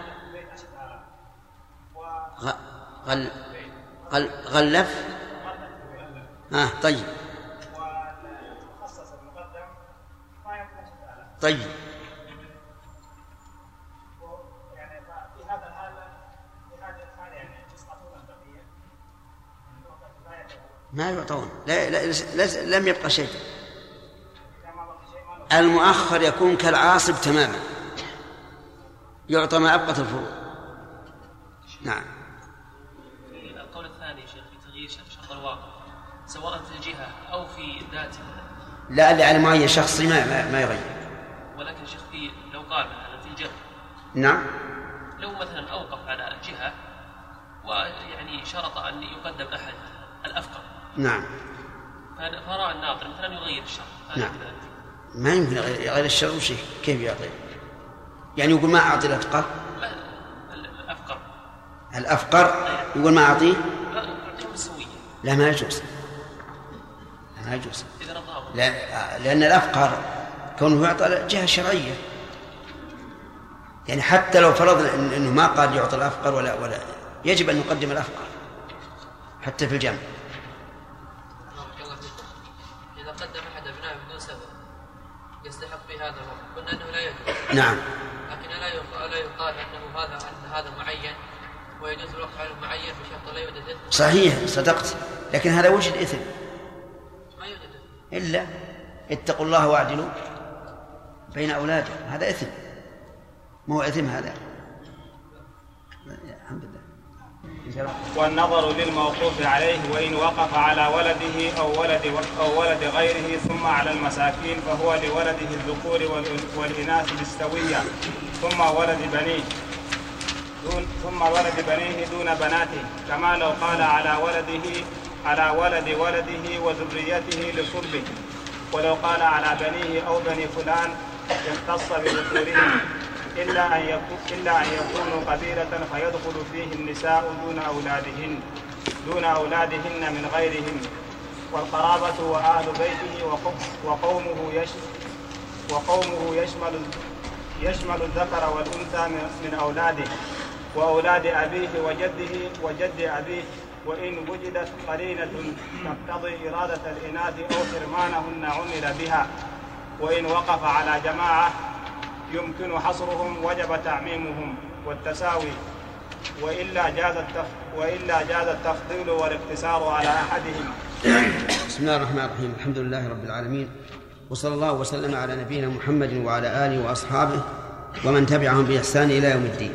A: غل غل غلف. ها طيب طيب. ما يعطون، لا لا لا لم يبقى شيء. المؤخر يكون كالعاصب تماما، يعطى ما أبقت الفروض. نعم.
B: القول الثاني شيخ في تغيير شرط الواقع سواء في الجهة أو في ذاته.
A: لا لعلم معين شخصي ما ما, ما يغير.
B: ولكن شيخ في لو قال مثلا في الجهة.
A: نعم.
B: لو مثلا أوقف على جهة ويعني شرط أن يقدم أحد الأفقر
A: نعم.
B: فرأى الناظر مثلا يغير الشرط.
A: نعم. ما يمكن يغير الشرط. وش كيف يغير؟ يعني يقول ما أعطي الأفقر.
B: الأفقر.
A: الأفقر يقول ما أعطيه.
B: لا يعطيه بالسوية.
A: لا ما يجوز. ما يجوز.
B: إذا رضاه.
A: لا لأن الأفقر كونه يعطى جهة شرعية. يعني حتى لو فرضنا إنه ما قد يعطي الأفقر ولا ولا يجب أن نقدم الأفقر حتى في الجمع.
K: إذا قدم أحد أبنائه بدون سبب يستحق به هذا الوقت قلنا أنه لا يجوز.
A: نعم.
K: لكن لا يقال لا يقال أنه هذا أن هذا معين ويجوز الوقت على المعين بشرط لا يوجد إثم.
A: صحيح صدقت، لكن هذا وجد إثم.
K: ما يوجد إثم.
A: إلا اتقوا الله واعدلوا بين أولادكم، هذا إثم. ما هو إثم هذا. الحمد لله.
E: والنظر للموقوف عليه وإن وقف على ولده أو ولد أو ولد غيره ثم على المساكين فهو لولده الذكور والإناث بالسوية ثم ولد بنيه دون ثم ولد بنيه دون بناته، كما لو قال على ولده على ولد ولده وذريته لصلبه، ولو قال على بنيه أو بني فلان يختص بذكورهم إلا أن يكون إلا أن يكونوا قبيلة فيدخل فيه النساء دون أولادهن دون أولادهن من غيرهم، والقرابة وأهل بيته وقومه يشمل وقومه يشمل يشمل الذكر والأنثى من أولاده وأولاد أبيه وجده وجد أبيه، وإن وجدت قرينة تقتضي إرادة الإناث أو حرمانهن عمل بها، وإن وقف على جماعة يمكن حصرهم وجب تعميمهم والتساوي، وإلا جاز وإلا جاز التفضيل والاقتصار على أحدهم.
A: بسم الله الرحمن الرحيم. الحمد لله رب العالمين، وصلى الله وسلم على نبينا محمد وعلى آله وأصحابه ومن تبعهم بإحسان إلى يوم الدين.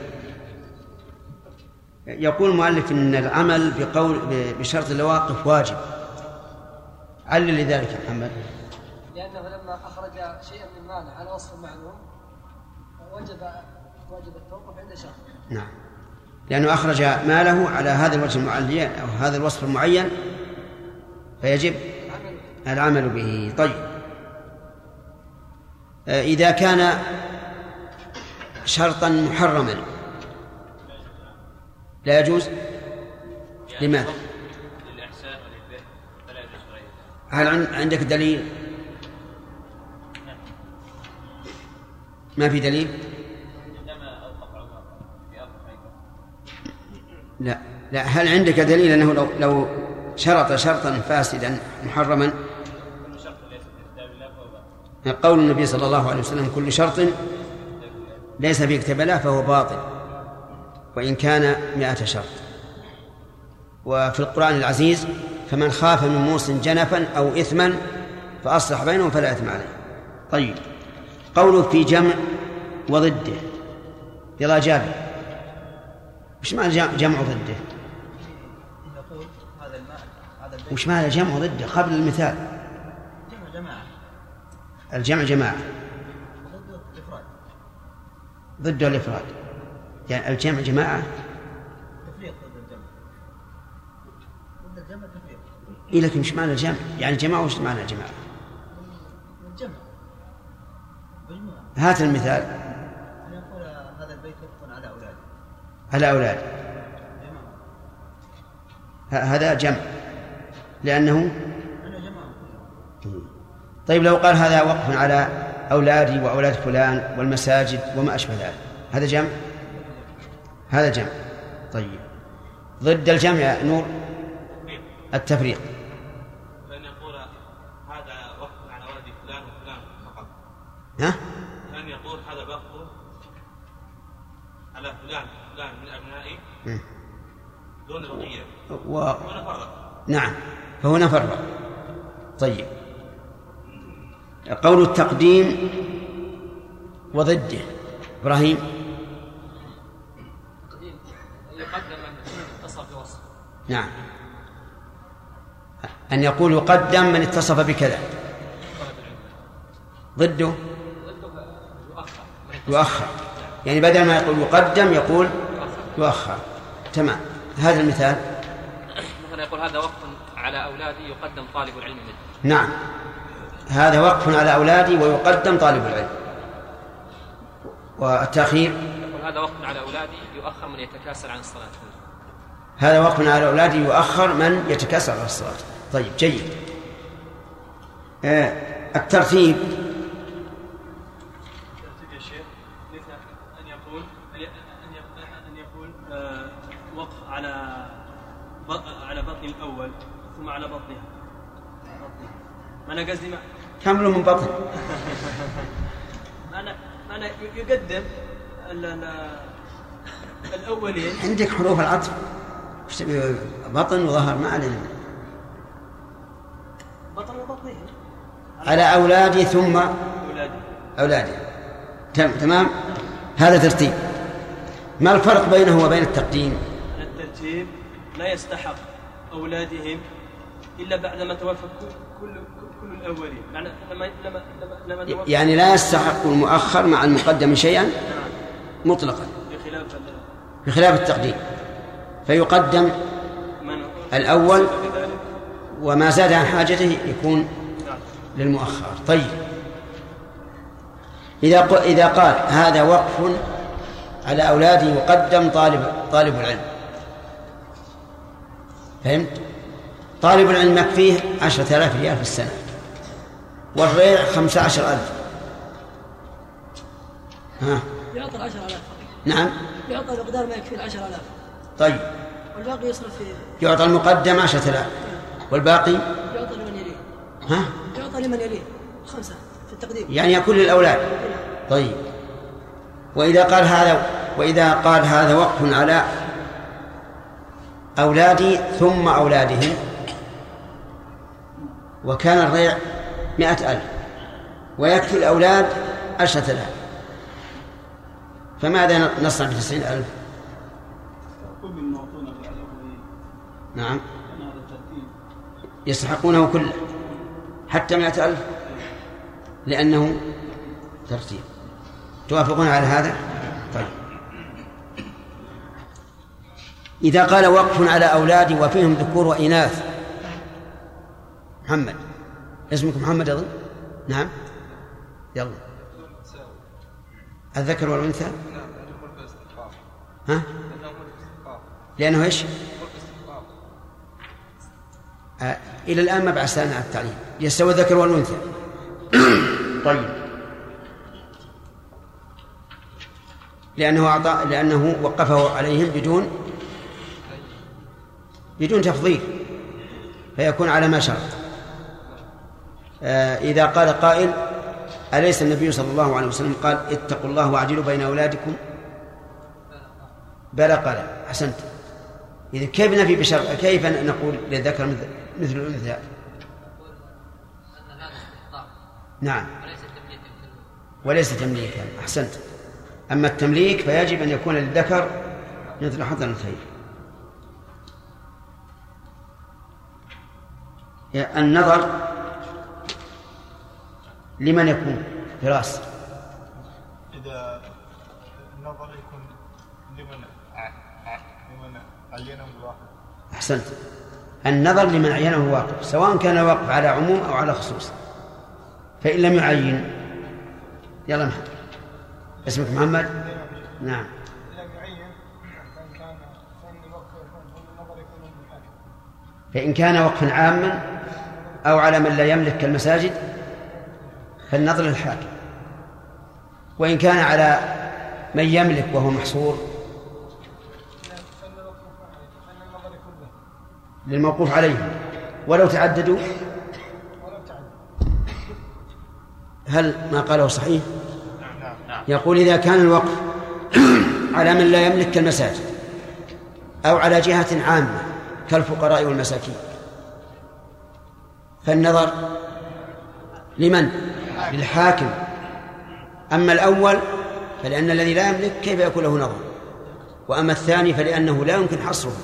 A: يقول المؤلف إن العمل بقول بشرط الواقف واجب. علل لذلك يا محمد.
I: لأنه لما أخرج شيئا من ماله على وصف معلوم وجب وجب التوقف عند شرط.
A: نعم، لأنه أخرج ماله على هذا الوجه المعين أو هذا الوصف المعين فيجب العمل به. طيب، إذا كان شرطا محرما لا يجوز. لماذا؟ هل عندك دليل؟ ما في دليل؟ لا لا هل عندك دليل أنه لو لو شرط شرطا فاسدا محرما؟ قول النبي صلى الله عليه وسلم كل شرط ليس في كتاب الله فهو باطل وإن كان مئة شرط. وفي القرآن العزيز فمن خاف من موص جنفا أو إثما فأصلح بينهم فلا إثم عليه. طيب، قوله في جمع وضده يلا جابر، وش معنى جمع ضده؟ وش معنى جمع ضده قبل المثال؟
F: جمع جماعة.
A: الجمع جماعة
F: ضده الإفراد.
A: ضده الإفراد، يعني الجمع جماعة.
F: تفريق ضد الجمع. ضد الجمع تفريق.
A: إيه لكن مش معنى الجمع؟ يعني جماعة وش معنى الجماعة؟
F: الجمع. مجموعة.
A: هات المثال.
F: أن يقول هذا البيت وقف على أولاده.
A: على أولاد. هذا جمع لأنه طيب لو قال هذا وقف على أولادي وأولاد فلان والمساجد وما أشبه ذلك هذا جمع؟ هذا جمع. طيب، ضد الجمع يا نور التفريق.
C: فإن يقول هذا وقف على ولد فلان وفلان فقط.
A: ها؟
C: فإن يقول هذا وقف على فلان فلان من أبنائي دون البقية
A: و...
C: ونفرق.
A: نعم، فهو نفرق. طيب، قول التقديم وضده إبراهيم.
K: التقديم يقدم من اتصف بوصف.
A: نعم، أن يقول يقدم من اتصف بكذا. ضده يؤخر، يعني بدل ما يقول يقدم يقول يؤخر. تمام. هذا المثال
K: مثلا
B: يقول هذا وقف على أولادي يقدم طالب العلم منه.
A: نعم، هذا وقف على أولادي ويقدم طالب العلم. والتأخير
B: يقول هذا وقف على أولادي يؤخر من يتكاسل عن الصلاة.
A: هذا وقف على أولادي يؤخر من يتكاسل عن الصلاة. طيب جيد. آه الترتيب
J: يا شيخ مثل أن يقول أن يقول آه وقف على على بطن الأول ثم على بطنها. ما أنا قصدي ما
A: كملوا من بطن.
J: أنا أنا يقدم الأولين.
A: عندك حروف العطف بطن وظهر ما علينا.
J: بطن وبطنه
A: على أولادي ثم
J: أولادي
A: أولادي. تمام. هذا ترتيب. ما الفرق بينه وبين التقديم؟
J: الترتيب لا يستحق أولادهم إلا بعدما توفى كل كل الأولين. لما لما لما لما
A: يعني لا يستحق المؤخر مع المقدم شيئا مطلقا
J: بخلاف
A: بخلاف التقديم، فيقدم الأول وما زاد عن حاجته يكون للمؤخر. طيب إذا إذا قال هذا وقف على أولادي يقدم طالب طالب العلم، فهمت؟ طالب العلم يكفيه عشرة آلاف ريال في السنة، والريع خمسة عشر ألف. ها
I: يعطى العشرة آلاف.
A: نعم
I: يعطى مقدار ما يكفي العشرة آلاف.
A: طيب
I: والباقي يصرف في
A: يعطى المقدم عشرة آلاف والباقي
I: يعطى لمن يليه.
A: ها
I: يعطى لمن يليه خمسة في التقديم،
A: يعني يكون للأولاد. طيب وإذا قال هذا وإذا قال هذا وقف على أولادي ثم أولادهم وكان الريع مئة ألف ويكفي الأولاد عشرة آلاف، فماذا نصنع بتسعين ألف؟ نعم يستحقونه كله حتى مئة ألف لأنه ترتيب. توافقون على هذا؟ طيب إذا قال وقف على أولادي وفيهم ذكور وإناث. محمد، اسمك محمد أظن؟ نعم يلا. الذكر والأنثى؟ ها؟ لأنه إيش؟ آه إلى الآن ما بعثنا على التعليم. يستوي الذكر والأنثى. طيب لأنه أعطى لأنه وقفه عليهم بدون بدون تفضيل فيكون على ما شرط. آه إذا قال قائل أليس النبي صلى الله عليه وسلم قال اتقوا الله واعدلوا بين أولادكم؟ بلى قال أحسنت. إذا كيف نفي بشرط؟ كيف نقول للذكر مثل مثل الأنثى؟ نعم وليس تمليكا. أحسنت. أما التمليك فيجب أن يكون للذكر مثل حظ الأنثيين. النظر لمن يكون فراس؟
L: إذا النظر يكون لمن لمن عينه الواقف.
A: أحسنت. النظر لمن عينه الواقف سواء كان الواقف على عموم أو على خصوص. فإن لم يعين يلا محمد. اسمك محمد؟ نعم. فإن كان وقفا عاما أو على من لا يملك كالمساجد فالنظر للحاكم، وإن كان على من يملك وهو محصور للموقوف عليه ولو تعددوا. هل ما قاله صحيح؟ يقول إذا كان الوقف على من لا يملك كالمساجد أو على جهة عامة كالفقراء والمساكين فالنظر لمن؟ للحاكم. أما الأول فلأن الذي لا يملك كيف يكون له نظر، وأما الثاني فلأنه لا يمكن حصره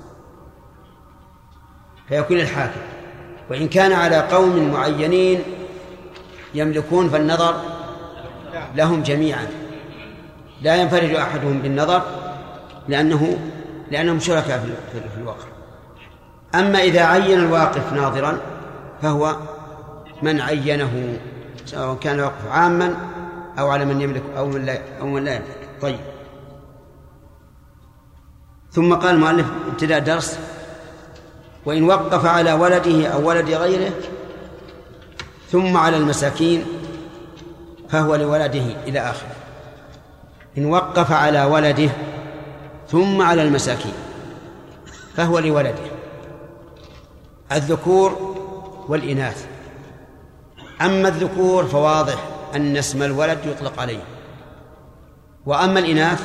A: فيكون للحاكم. وإن كان على قوم معينين يملكون فالنظر لهم جميعا لا ينفرد أحدهم بالنظر لأنه لأنهم شركاء في الوقف. أما إذا عين الواقف ناظرا فهو من عينه، سواء كان الوقف عاما أو على من يملك أو من لا, أو من لا يملك. طيب، ثم قال المؤلف ابتداء درس: وإن وقف على ولده أو ولد غيره ثم على المساكين فهو لولده إلى آخره. إن وقف على ولده ثم على المساكين فهو لولده الذكور والإناث. أما الذكور فواضح أن اسم الولد يطلق عليه، وأما الإناث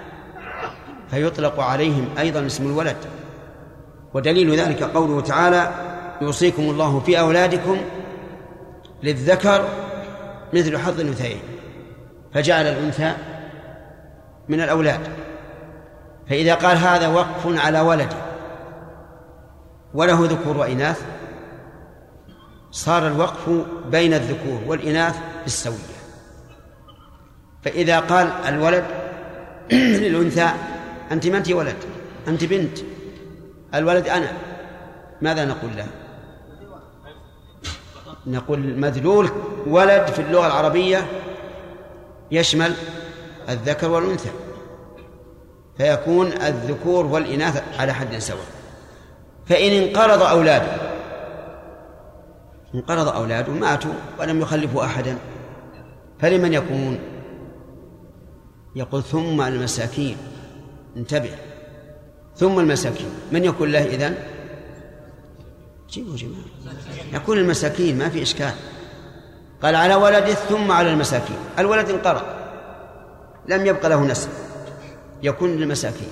A: فيطلق عليهم أيضا اسم الولد. ودليل ذلك قوله تعالى: يوصيكم الله في أولادكم للذكر مثل حظ الأنثيين، فجعل الأنثى من الأولاد. فإذا قال هذا وقف على ولده وله ذكور وإناث صار الوقف بين الذكور والإناث بالسوية. فإذا قال الولد للأنثى: أنت ما أنت ولد، أنت بنت، الولد أنا، ماذا نقول له؟ نقول مدلول ولد في اللغة العربية يشمل الذكر والأنثى، فيكون الذكور والإناث على حد سواء. فإن انقرض أولاده انقرض أولاده ماتوا ولم يخلفوا أحدا فلمن يكون؟ يقول ثم المساكين. انتبه، ثم المساكين من يكون له إذن؟ جيبوا جماعة، يكون المساكين، ما في إشكال. قال على ولده ثم على المساكين، الولد انقرض لم يبقى له نسل، يكون للمساكين،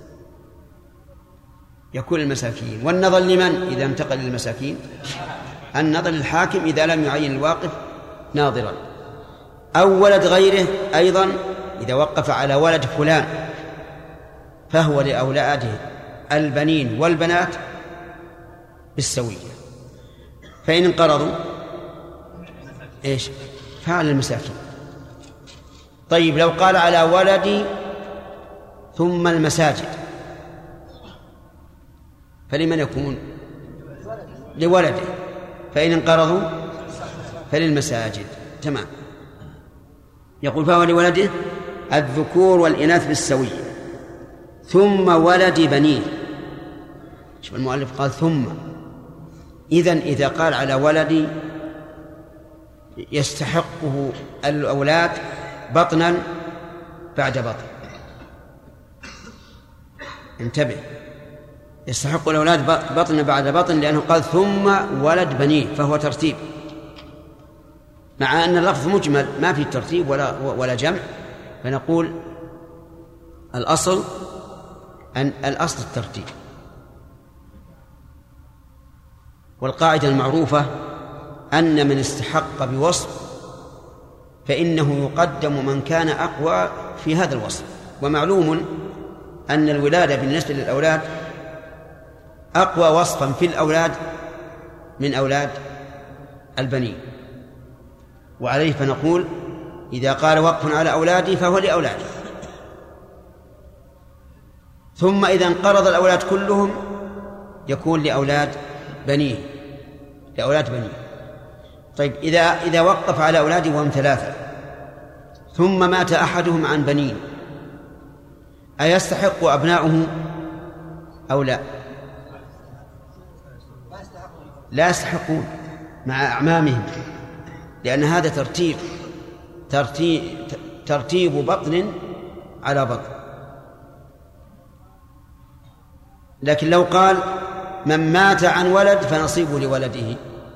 A: يكون المساكين. والنظر لمن إذا انتقل للمساكين؟ النظر للحاكم إذا لم يعين الواقف ناظرا. أو ولد غيره أيضا إذا وقف على ولد فلان فهو لأولاده البنين والبنات بالسوية. فإن انقرضوا إيش؟ فعل المساكين. طيب، لو قال على ولدي ثم المساجد فلمن يكون؟ لولده. فإن انقرضوا فللمساجد. تمام. يقول فهو لولده الذكور والإناث بالسوية ثم ولد بنيه. شوف المؤلف قال ثم، إذن إذا قال على ولدي يستحقه الأولاد بطنا بعد بطن. انتبه، يستحق الأولاد بطنا بعد بطن لأنه قال ثم ولد بنيه، فهو ترتيب، مع أن اللفظ مجمل ما في ترتيب ولا ولا جمع. فنقول الأصل أن الأصل الترتيب. والقاعدة المعروفة أن من استحق بوصف فإنه يقدم من كان أقوى في هذا الوصف. ومعلوم أن الولادة بالنسبة للأولاد أقوى وصفا في الأولاد من أولاد البنين. وعليه فنقول إذا قال وقف على أولادي فهو لأولاده. ثم إذا انقرض الأولاد كلهم يكون لأولاد بنيه، لأولاد بنيه. طيب، إذا إذا وقف على أولاده وهم ثلاثة ثم مات أحدهم عن بنين أيستحق أبناؤه أو لا؟ لا يستحقون مع أعمامهم، لأن هذا ترتيب ترتيب ترتيب بطن على بطن. لكن لو قال من مات عن ولد فنصيبه لولده،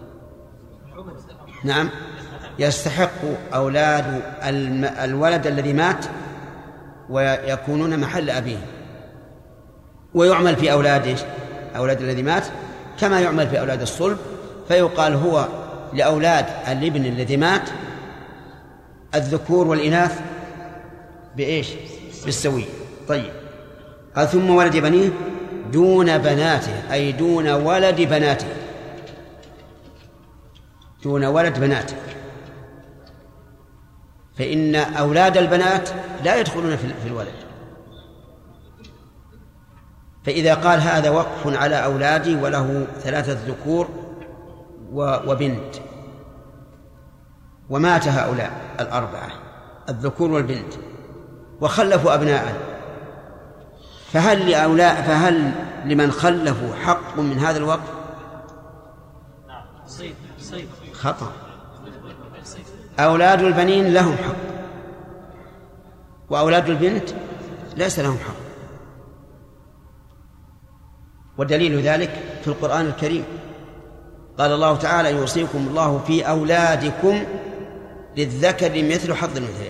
A: نعم، يستحق أولاد الولد الذي مات ويكونون محل أبيه، ويعمل في أولاده أولاد الذي مات كما يعمل في أولاد الصلب، فيقال هو لأولاد الابن الذي مات الذكور والإناث بإيش؟ بالسوية. طيب، قال ثم ولد بنيه دون بناته، أي دون ولد بناته، دون ولد بناته، فإن أولاد البنات لا يدخلون في الولد، فإذا قال هذا وقف على أولادي وله ثلاثة ذكور وبنت ومات هؤلاء الأربعة الذكور والبنت وخلفوا أبناء، فهل لأولاء فهل لمن خلفوا حق من هذا الوقف؟ خطأ. أولاد البنين لهم حق وأولاد البنت ليس لهم حق، ودليل ذلك في القرآن الكريم قال الله تعالى يوصيكم الله في أولادكم للذكر مثل حظ الأنثيين.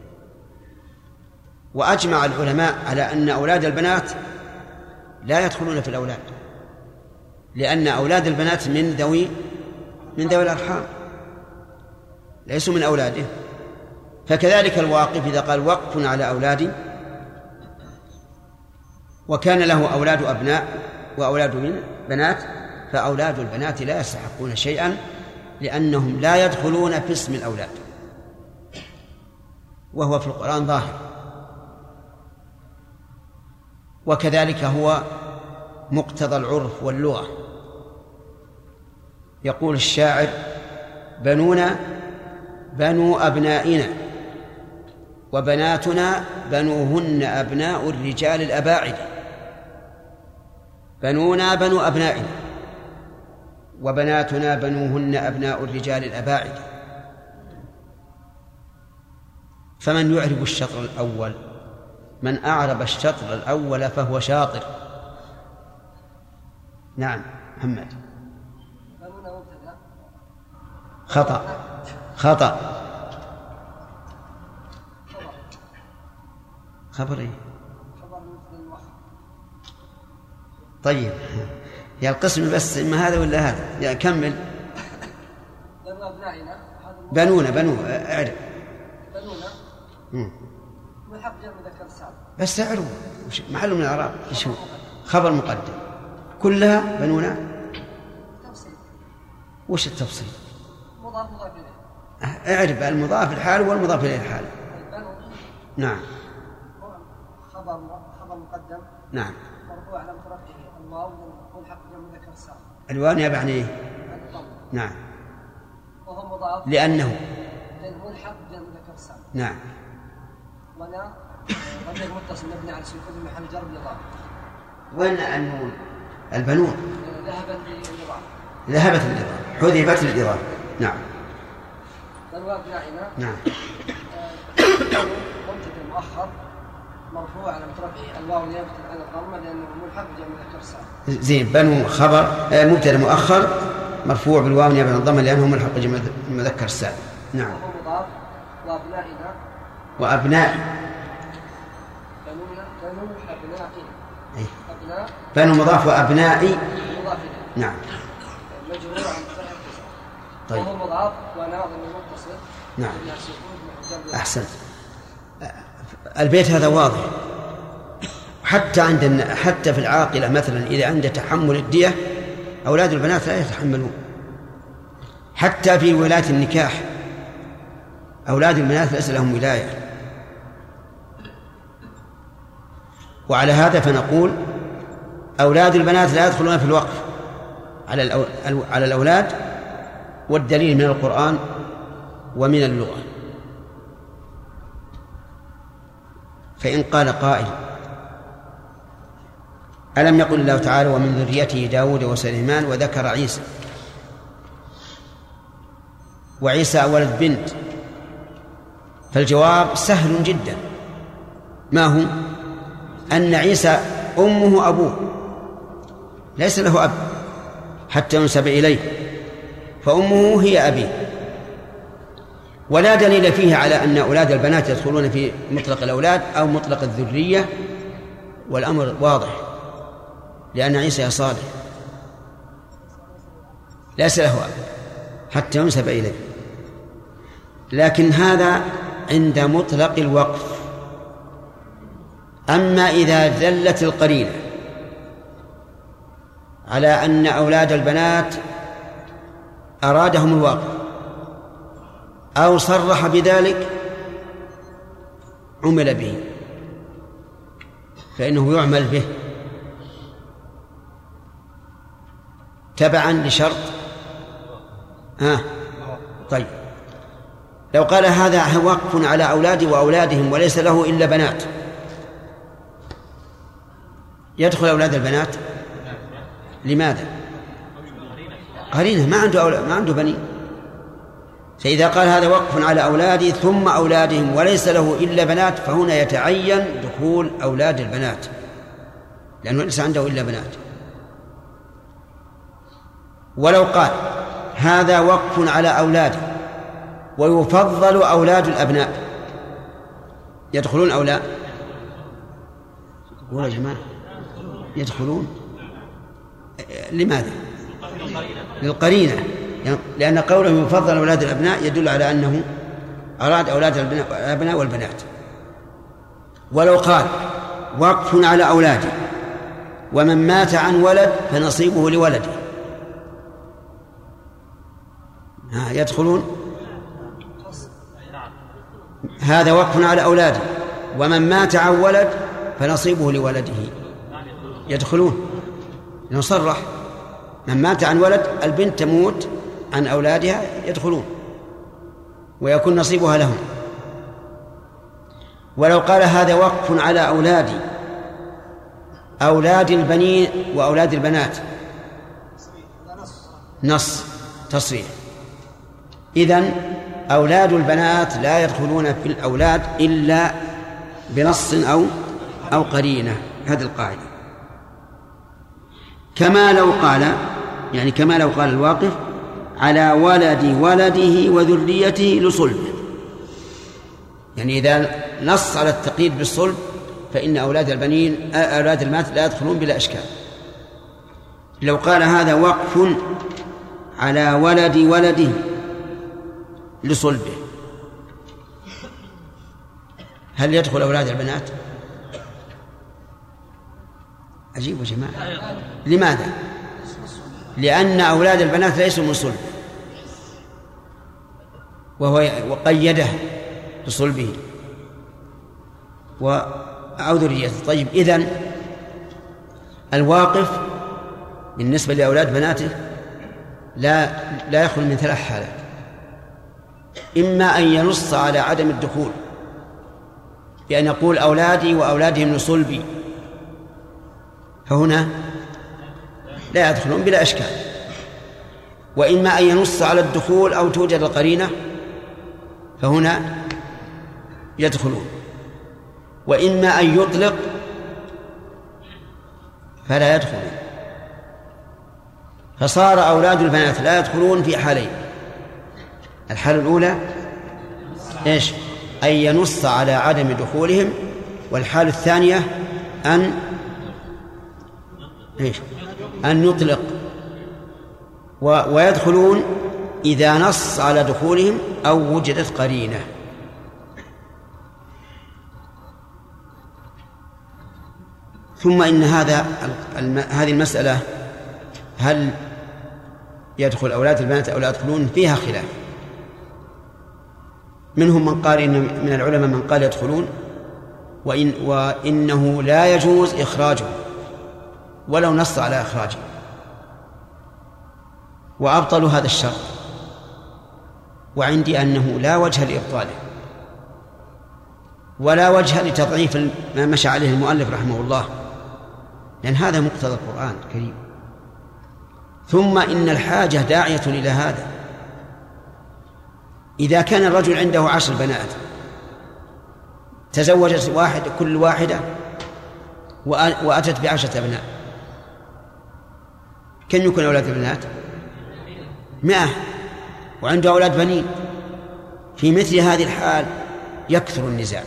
A: وأجمع العلماء على أن أولاد البنات لا يدخلون في الأولاد، لأن أولاد البنات من ذوي من ذوي الأرحام ليسوا من أولاده. فكذلك الواقف إذا قال وقف على أولادي وكان له أولاد أبناء وأولاد بنات، فأولاد البنات لا يستحقون شيئا لأنهم لا يدخلون في اسم الأولاد، وهو في القرآن ظاهر. وكذلك هو مقتضى العرف واللغة. يقول الشاعر بنونا بنو أبنائنا وبناتنا بنوهن أبناء الرجال الأباعد. بنونا بنو أبنائنا وبناتنا بنوهن أبناء الرجال الأباعد. فمن يعرب الشطر الأول؟ من أعرب الشطر الأول فهو شاطر. نعم محمد. خطأ خطأ خبر إيه؟ طيب يا القسم بس إما هذا ولا هذا، يعني كمل. بنونا بنو أعرف بنونا والحق جاء مذكر سالم بس أعرف محل من الأعراب إيش هو؟ خبر مقدم كلها بنونا. تفصيل. وش التفصيل؟ مضاف مضاف إليه. اعرف المضاف الحال والمضاف إليه الحال. نعم.
I: خبر خبر مقدم.
A: نعم.
I: مرفوع على رفعه الواو والحق جاء مذكر سالم.
A: الواو نيابة عن إيه؟ نعم.
I: وهو مضاف.
A: لأنه.
I: لأنه الحق جاء مذكر سالم.
A: نعم.
I: ولا ضمير متصل مبني على السكون في محل جر بالإضافة.
A: وين النون؟ البنون.
I: ذهبت للإضافة.
A: ذهبت للإضافة. حذفت للإضافة. نعم.
I: بنو أبنائنا.
A: نعم.
I: مبتدأ مؤخر مرفوع على رفعه الواو نيابة عن الضمة لأنه ملحق جاء مذكر سالم.
A: زين. بنو خبر مبتدأ مؤخر مرفوع بالواو نيابة عن الضمة لأنه ملحق جاء مذكر سالم. نعم.
I: وهو مضاف. وأبنائنا.
A: وأبناء.
I: بنونا بنو أبنائنا.
A: أي.
I: أبناء.
A: بنو مضاف وأبنائي.
I: مضاف إليه.
A: نعم.
I: مجرور عن فتح الكسر.
A: طيب.
I: وهو مضاف وناظم متصل.
A: نعم. أحسنت. البيت هذا واضح. حتى عند حتى في العاقلة مثلا إذا عند تحمل الدية أولاد البنات لا يتحملون. حتى في ولاية النكاح أولاد البنات ليس لهم ولاية. وعلى هذا فنقول أولاد البنات لا يدخلون في الوقف على على الأولاد، والدليل من القرآن ومن اللغة. فإن قال قائل ألم يقل الله تعالى ومن ذريته داود وسليمان وذكر عيسى، وعيسى ولد بنت، فالجواب سهل جدا. ما هو؟ أن عيسى أمه أبوه ليس له أب حتى ينسب إليه، فأمه هي أبيه. ولا دليل فيه على أن أولاد البنات يدخلون في مطلق الأولاد أو مطلق الذرية، والأمر واضح لأن عيسى صالح ليس له أب حتى ينسب إليه. لكن هذا عند مطلق الوقف. أما إذا دلت القرينة على أن أولاد البنات أرادهم الوقف أو صرح بذلك عمل به، فإنه يعمل به تبعا لشرط ها طيب لو قال هذا وقف على أولادي وأولادهم وليس له إلا بنات، يدخل أولاد البنات؟ لماذا؟ قرينة، ما عنده أولاد، ما عنده بني. فإذا قال هذا وقف على أولادي ثم أولادهم وليس له إلا بنات، فهنا يتعين دخول أولاد البنات لأنه ليس عنده إلا بنات. ولو قال هذا وقف على أولادي ويفضل أولاد الأبناء، يدخلون أو لا؟ قولوا يا جماعة يدخلون. لماذا؟ للقرينة، لأن قوله يفضل أولاد الأبناء يدل على أنه أراد أولاد الأبناء والبنات. ولو قال وقف على أولادي ومن مات عن ولد فنصيبه لولده، ها يدخلون؟ هذا وقف على أولادي ومن مات عن ولد فنصيبه لولده، يدخلون. نصرح من مات عن ولد البنت تموت عن أولادها يدخلون ويكون نصيبها لهم. ولو قال هذا وقف على أولادي أولاد البنين وأولاد البنات، نص تصريح، إذن أولاد البنات لا يدخلون في الأولاد إلا بنص أو أو قرينة، هذه القاعدة. كما لو قال يعني كما لو قال الواقف على ولد ولده وذريته لصلبه، يعني إذا نص على التقييد بالصلب فإن أولاد البنين أولاد المات لا يدخلون بلا إشكال. لو قال هذا وقف على ولد ولده لصلبه، هل يدخل أولاد البنات؟ عجيب يا جماعة. لماذا؟ لأن أولاد البنات ليسوا من صلب وهو وقيده بصلبه أو ذريته. طيب إذن الواقف بالنسبة لأولاد بناته لا لا يخلو من ثلاث حالات: إما أن ينص على عدم الدخول بأن يقول أولادي وأولادهم لصلبي، فهنا لا يدخلون بلا أشكال. وإما أن ينص على الدخول أو توجد القرينة فهنا يدخلون. وإما أن يطلق فلا يدخلون. فصار أولاد البنات لا يدخلون في حالين: الحالة الأولى إيش؟ أن ينص على عدم دخولهم، والحالة الثانية أن إيش؟ أن يطلق. و... ويدخلون إذا نص على دخولهم أو وجدت قرينة. ثم إن هذا الم... هذه المسألة هل يدخل أولاد البنات أو لا يدخلون فيها خلاف. منهم من قال إن من العلماء من قال يدخلون وإن وإنه لا يجوز إخراجه ولو نص على إخراجه، وأبطلوا هذا الشرط، وعندي أنه لا وجه لإبطاله ولا وجه لتضعيف ما مشى عليه المؤلف رحمه الله، لأن هذا مقتضى القرآن الكريم. ثم إن الحاجة داعية إلى هذا. إذا كان الرجل عنده عشر بنات تزوجت واحد كل واحدة وأتت بعشرة أبناء، كم يكون أولاد البنات؟ مئة، وعنده أولاد بنين. في مثل هذه الحال يكثر النزاع،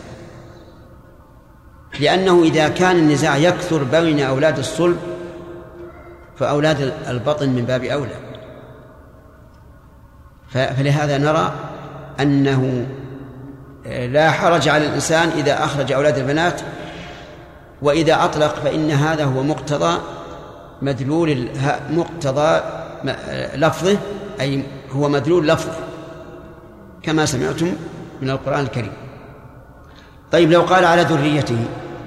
A: لأنه إذا كان النزاع يكثر بين أولاد الصلب فأولاد البطن من باب أولى. فلهذا نرى أنه لا حرج على الإنسان إذا أخرج أولاد البنات، وإذا أطلق فإن هذا هو مقتضى مدلول مقتضى لفظه، أي هو مدلول لفظه كما سمعتم من القرآن الكريم. طيب لو قال على ذريته،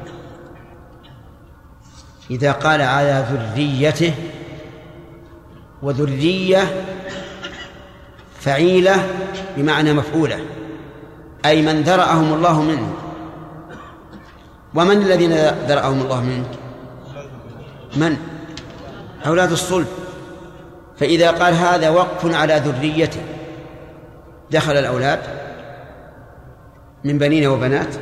A: إذا قال على ذريته وذرية فعيلة بمعنى مفعولة، أي من ذرأهم الله منه. ومن الذين ذرأهم الله منه؟ من؟ أولاد الصلب. فإذا قال هذا وقف على ذريته دخل الأولاد من بنين وبنات،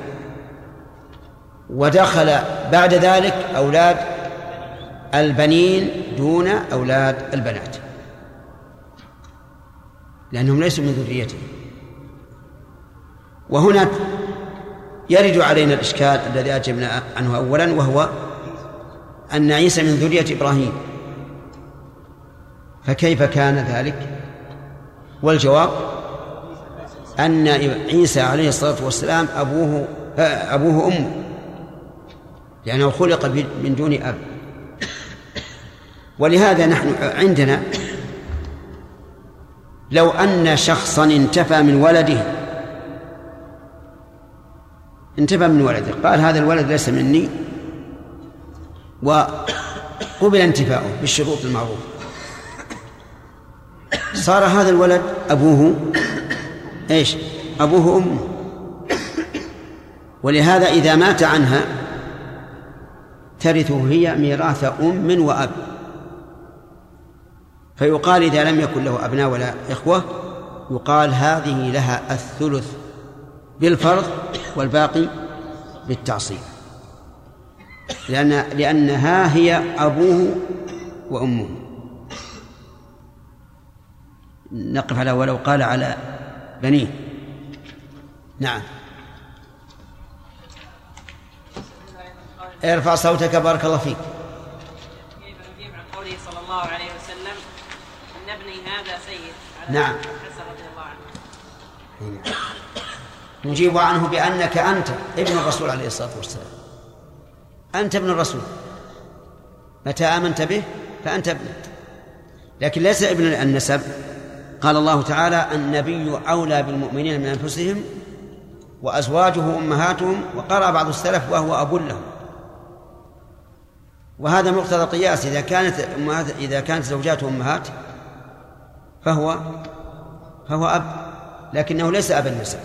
A: ودخل بعد ذلك أولاد البنين دون أولاد البنات، لأنهم ليسوا من ذريته. وهنا يرد علينا الإشكال الذي أجبنا عنه أولا، وهو أن عيسى من ذرية إبراهيم، فكيف كان ذلك؟ والجواب أن عيسى عليه الصلاة والسلام أبوه أبوه أمه، لأنه خلق من دون أب. ولهذا نحن عندنا لو أن شخصا انتفى من ولده انتفى من ولده قال هذا الولد ليس مني، وقبل انتفاؤه بالشروط المعروفة، صار هذا الولد أبوه إيش؟ أبوه أمه. ولهذا إذا مات عنها ترثه هي ميراث أم وأب، فيقال إذا لم يكن له أبناء ولا إخوة يقال هذه لها الثلث بالفرض والباقي بالتعصيب، لأن لأنها هي أبوه وأمه. نقف على ولو قال على بنيه. نعم. ارفع صوتك بارك الله فيك.
M: كيف نجيب عن قوله صلى الله عليه وسلم إن ابني هذا سيد؟
A: نعم.
M: حسن رضي الله عنه.
A: نجيب عنه بأنك أنت ابن الرسول عليه الصلاة والسلام، أنت ابن الرسول، متى آمنت به فأنت ابنه، لكن ليس ابن النسب. قال الله تعالى النبي أولى بالمؤمنين من أنفسهم وأزواجه أمهاتهم، وقرأ بعض السلف وهو أب لهم. وهذا مقتضى قياس، إذا كانت أمهات إذا كانت زوجاته أمهات فهو فهو أب، لكنه ليس أب النسب.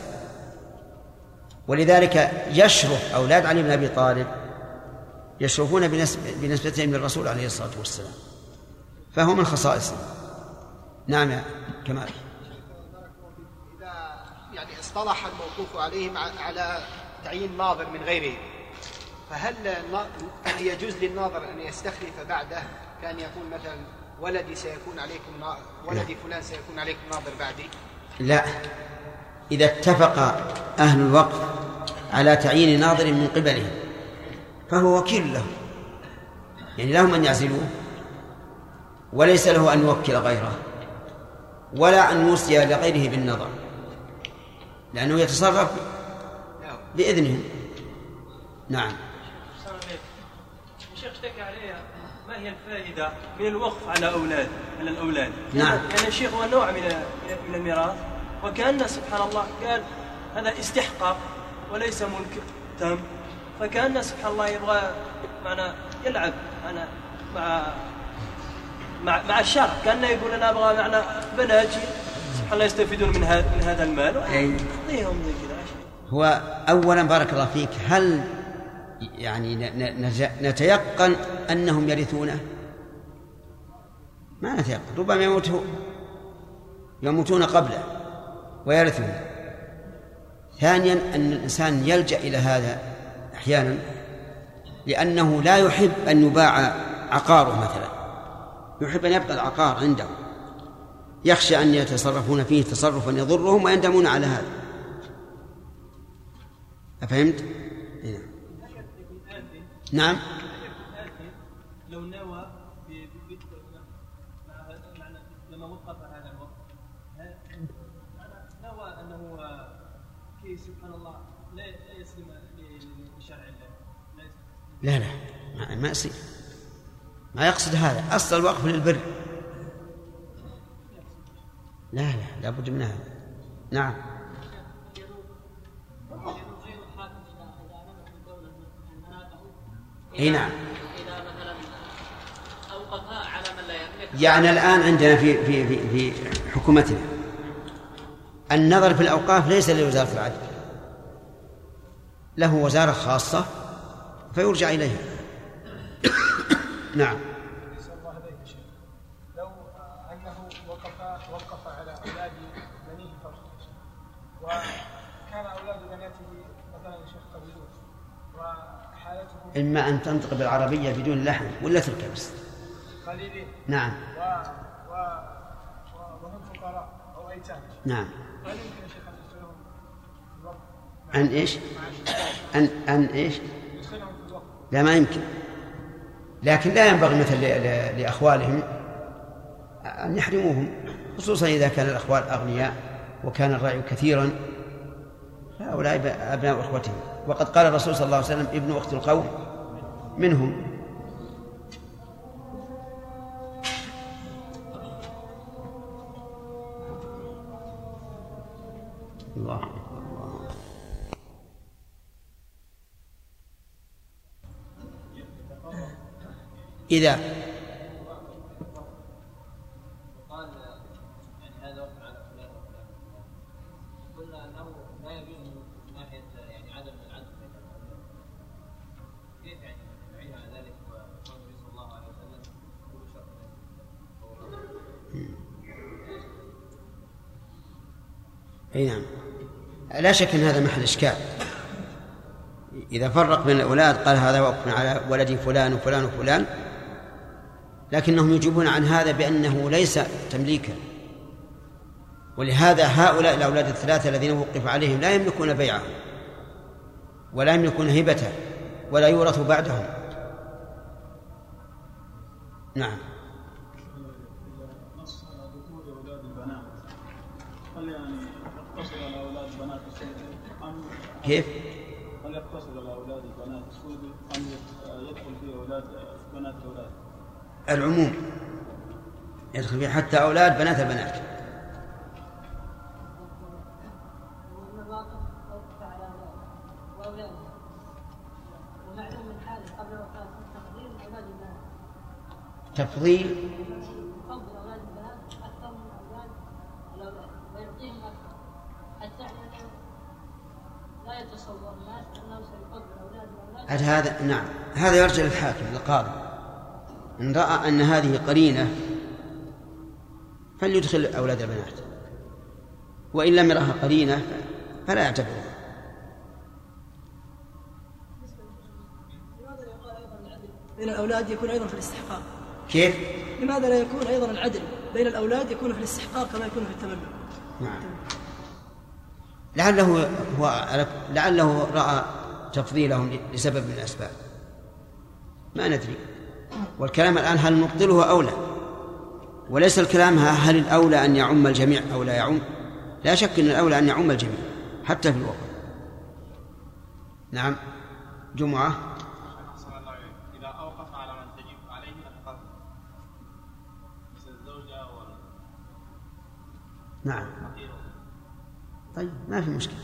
A: ولذلك يشرف أولاد علي بن أبي طالب يشرفون بنسبتهم للرسول عليه الصلاة والسلام، فهو من خصائصه. نعم يا كمال.
G: إذا يعني اصطلح الموقوف عليهم على تعيين ناظر من غيره، فهل يجوز للناظر أن يستخلف بعده، كان يقول مثلا ولدي سيكون عليكم ولدي فلان سيكون عليكم ناظر بعدي؟
A: لا، إذا اتفق أهل الوقف على تعيين ناظر من قبلهم فهو وكيل له، يعني لهم أن يعزلوه، وليس له أن يوكل غيره ولا أن يوصي لغيره بالنظر، لأنه يتصرف بإذنهم. نعم.
J: الشيخ اشتكى عليها ما هي الفائدة من الوقف على أولاد على الأولاد؟
A: نعم.
J: يعني الشيخ هو نوع من من الميراث، وكأن سبحان الله قال هذا استحقاق وليس ملك تام، فكأن سبحان الله يبغى معنا يلعب أنا مع مع مع الشرع، كأنه يقول أنا أبغى معنا بناتي سبحان الله يستفيدون من هذا من هذا المال وأعطيهم زي كذا.
A: هو أولا بارك الله فيك، هل يعني نتيقن أنهم يرثونه؟ ما نتيقن، ربما يموتون يموتون قبله ويرثون. ثانيا أن الإنسان يلجأ إلى هذا أحيانا لأنه لا يحب أن يباع عقاره مثلا، يحب أن يبقى العقار عنده، يخشى أن يتصرفون فيه تصرفا يضرهم ويندمون على هذا. أفهمت؟ نعم.
J: لو نوى لما وقف هذا الوقت نوى أنه كي سبحان الله لا يسلم لشرع الله،
A: لا لا ما, ما يصير، ما يقصد هذا. أصل الوقف للبر، لا لا لا بد من هذا. نعم. اي نعم.
K: إذا مثلا أوقفها على من لا يملك
A: يعني الآن عندنا في في في, في حكومتنا النظر في الأوقاف ليس لوزارة العدل، له وزارة خاصة فيرجع إليها. نعم.
N: لو أنه وقف وقف على أولاد بنيه فقط، وكان أولاد بناته مثلا شيخ قبيلون وحالتهم
A: إما أن تنطق بالعربية بدون لحن ولا تركبس
N: قليلين.
A: نعم.
N: و... و... وهم فقراء أو أيتام.
A: نعم.
N: هل يمكن يا شيخ أن يدخلهم في الوقت؟
A: أن إيش؟ أن أن إيش؟
N: يدخلهم في الوقت.
A: لا ما يمكن، لكن لا ينبغي مثل لأخوالهم أن يحرموهم، خصوصا إذا كان الأخوال أغنياء وكان الرعي كثيرا، فهؤلاء أبناء أخوتهم. وقد قال الرسول صلى الله عليه وسلم ابن أخت القوم منهم. الله الله. إذا
O: قال يعني هذا وقف على فلان وفلان، قلنا أنه لا يجوز من ناحية يعني عدم العدل بين الأولاد، كيف يعني نعين على ذلك وقال النبي صلى الله عليه وسلم كل شرط
A: أي نعم، لا شك أن هذا محل إشكال. إذا فرق بين الأولاد قال هذا وقف على ولد فلان وفلان وفلان، لكنهم يجيبون عن هذا بأنه ليس تمليكا، ولهذا هؤلاء الأولاد الثلاثة الذين وقف عليهم لا يملكون بيعه ولا يملكون هبته ولا يورث بعدهم. نعم.
E: نص على ذكور أولاد البنات، هل يعني يقتصر على أولاد بنات السود أم
A: كيف؟
E: هل يقتصر على أولاد البنات السود أم يدخل فيه أولاد بنات الأولاد؟
A: العموم يدخل فيه حتى أولاد بنات البنات. تفضيل
H: يفضل أولاد البنات أكثر من أولاد الأولاد ويعطيهم أكثر، حتى أنه لا يتصور الناس أنه سيفضل أولاد الأولاد.
A: هذا نعم، هذا يرجع للحاكم للقاضي، إن رأى أن هذه قرينة فليدخل أولاد البنات، وإن لم يرها قرينة فلا يعتبرها.
I: لماذا لا يقال أيضا العدل بين الأولاد يكون أيضا في الاستحقاق؟
A: كيف؟
I: لماذا لا يكون أيضا العدل بين الأولاد يكون في الاستحقاق كما يكون في التملك؟
A: نعم. لعله هو لعله رأى تفضيلهم لسبب من الأسباب، ما ندري. والكلام الآن هل نبطله أو لا، وليس الكلام هل الأولى أن يعم الجميع أو لا يعم. لا شك أن الأولى أن يعم الجميع حتى في الوقت. نعم. جمعة.
E: إذا أوقف على من تجب عليه نفقته مثل الزوجة وال...
A: نعم. طيب ما في مشكلة.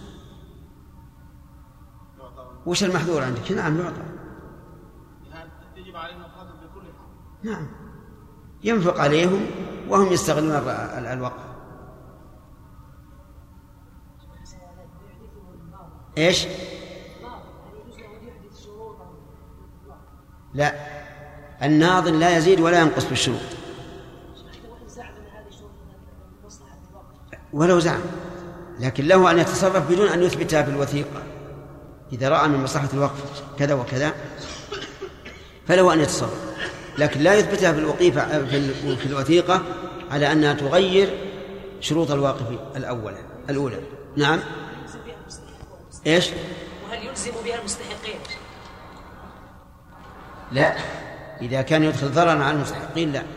A: وش المحظور عندك؟ نعم يعطى.
E: تجب عليه نفقته بكل حال.
A: نعم، ينفق عليهم وهم يستغلون الوقف. ايش؟ لا، الناظر لا يزيد ولا ينقص بالشروط ولو زعم، لكن له أن يتصرف بدون أن يثبتها في الوثيقة. إذا رأى من مصلحة الوقف كذا وكذا فله أن يتصرف، لكن لا يثبتها في الوقيفة في الوثيقة على أنها تغير شروط الواقف الأولى الأولى. نعم. إيش؟
H: وهل يلزم بها المستحقين؟
A: لا، إذا كان يدخل ضررا على المستحقين لا.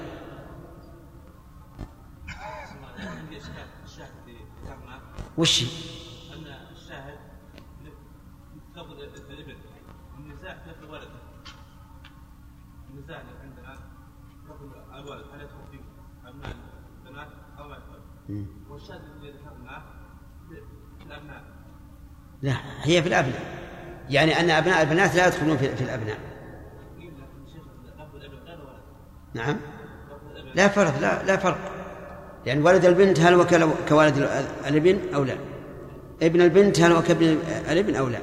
A: وش؟
C: أن الشاهد تأخذ الابن النزاع في الولد، النزاع اللي عندنا تأخذ الولد هل يدخل فيه أبناء البنات أو لا يدخل؟ والشاهد اللي ذكرناه في الأبناء.
A: لا، هي في الأبناء، يعني أن أبناء البنات لا يدخلون في, في الأبناء. نعم. لا فرق، لا لا فرق، لأن يعني ولد البنت هل هو كولد الابن أو لا؟ ابن البنت هل هو كابن الابن أو لا؟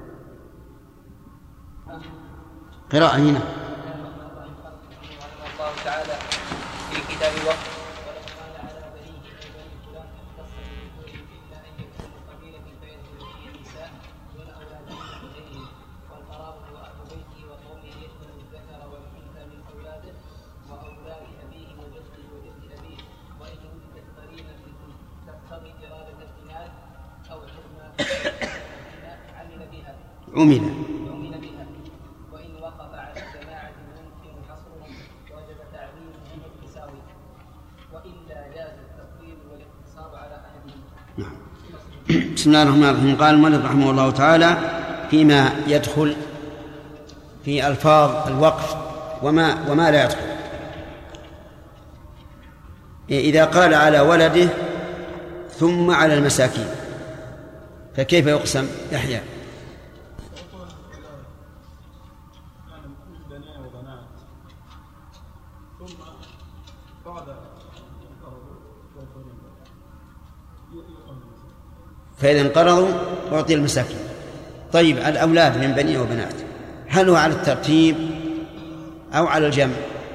A: قراءة هنا.
K: الله تعالى في كتاب الوقت
A: عمل
K: بها، وإن وقف على جماعة ممكن حصرهم وجب تعليمهم بالتساوي، وإلا جاز التفضيل والاقتصار على أحدهم.
A: بسم الله الرحمن الرحيم. قال المؤلف رحمه الله تعالى فيما يدخل في ألفاظ الوقف وما وما لا يدخل. إذا قال على ولده ثم على المساكين فكيف يقسم؟ يحيى. فإذا انقرضوا أعطي المساكين. طيب الأولاد من بني وبنات هل هو على الترتيب أو على الجمع؟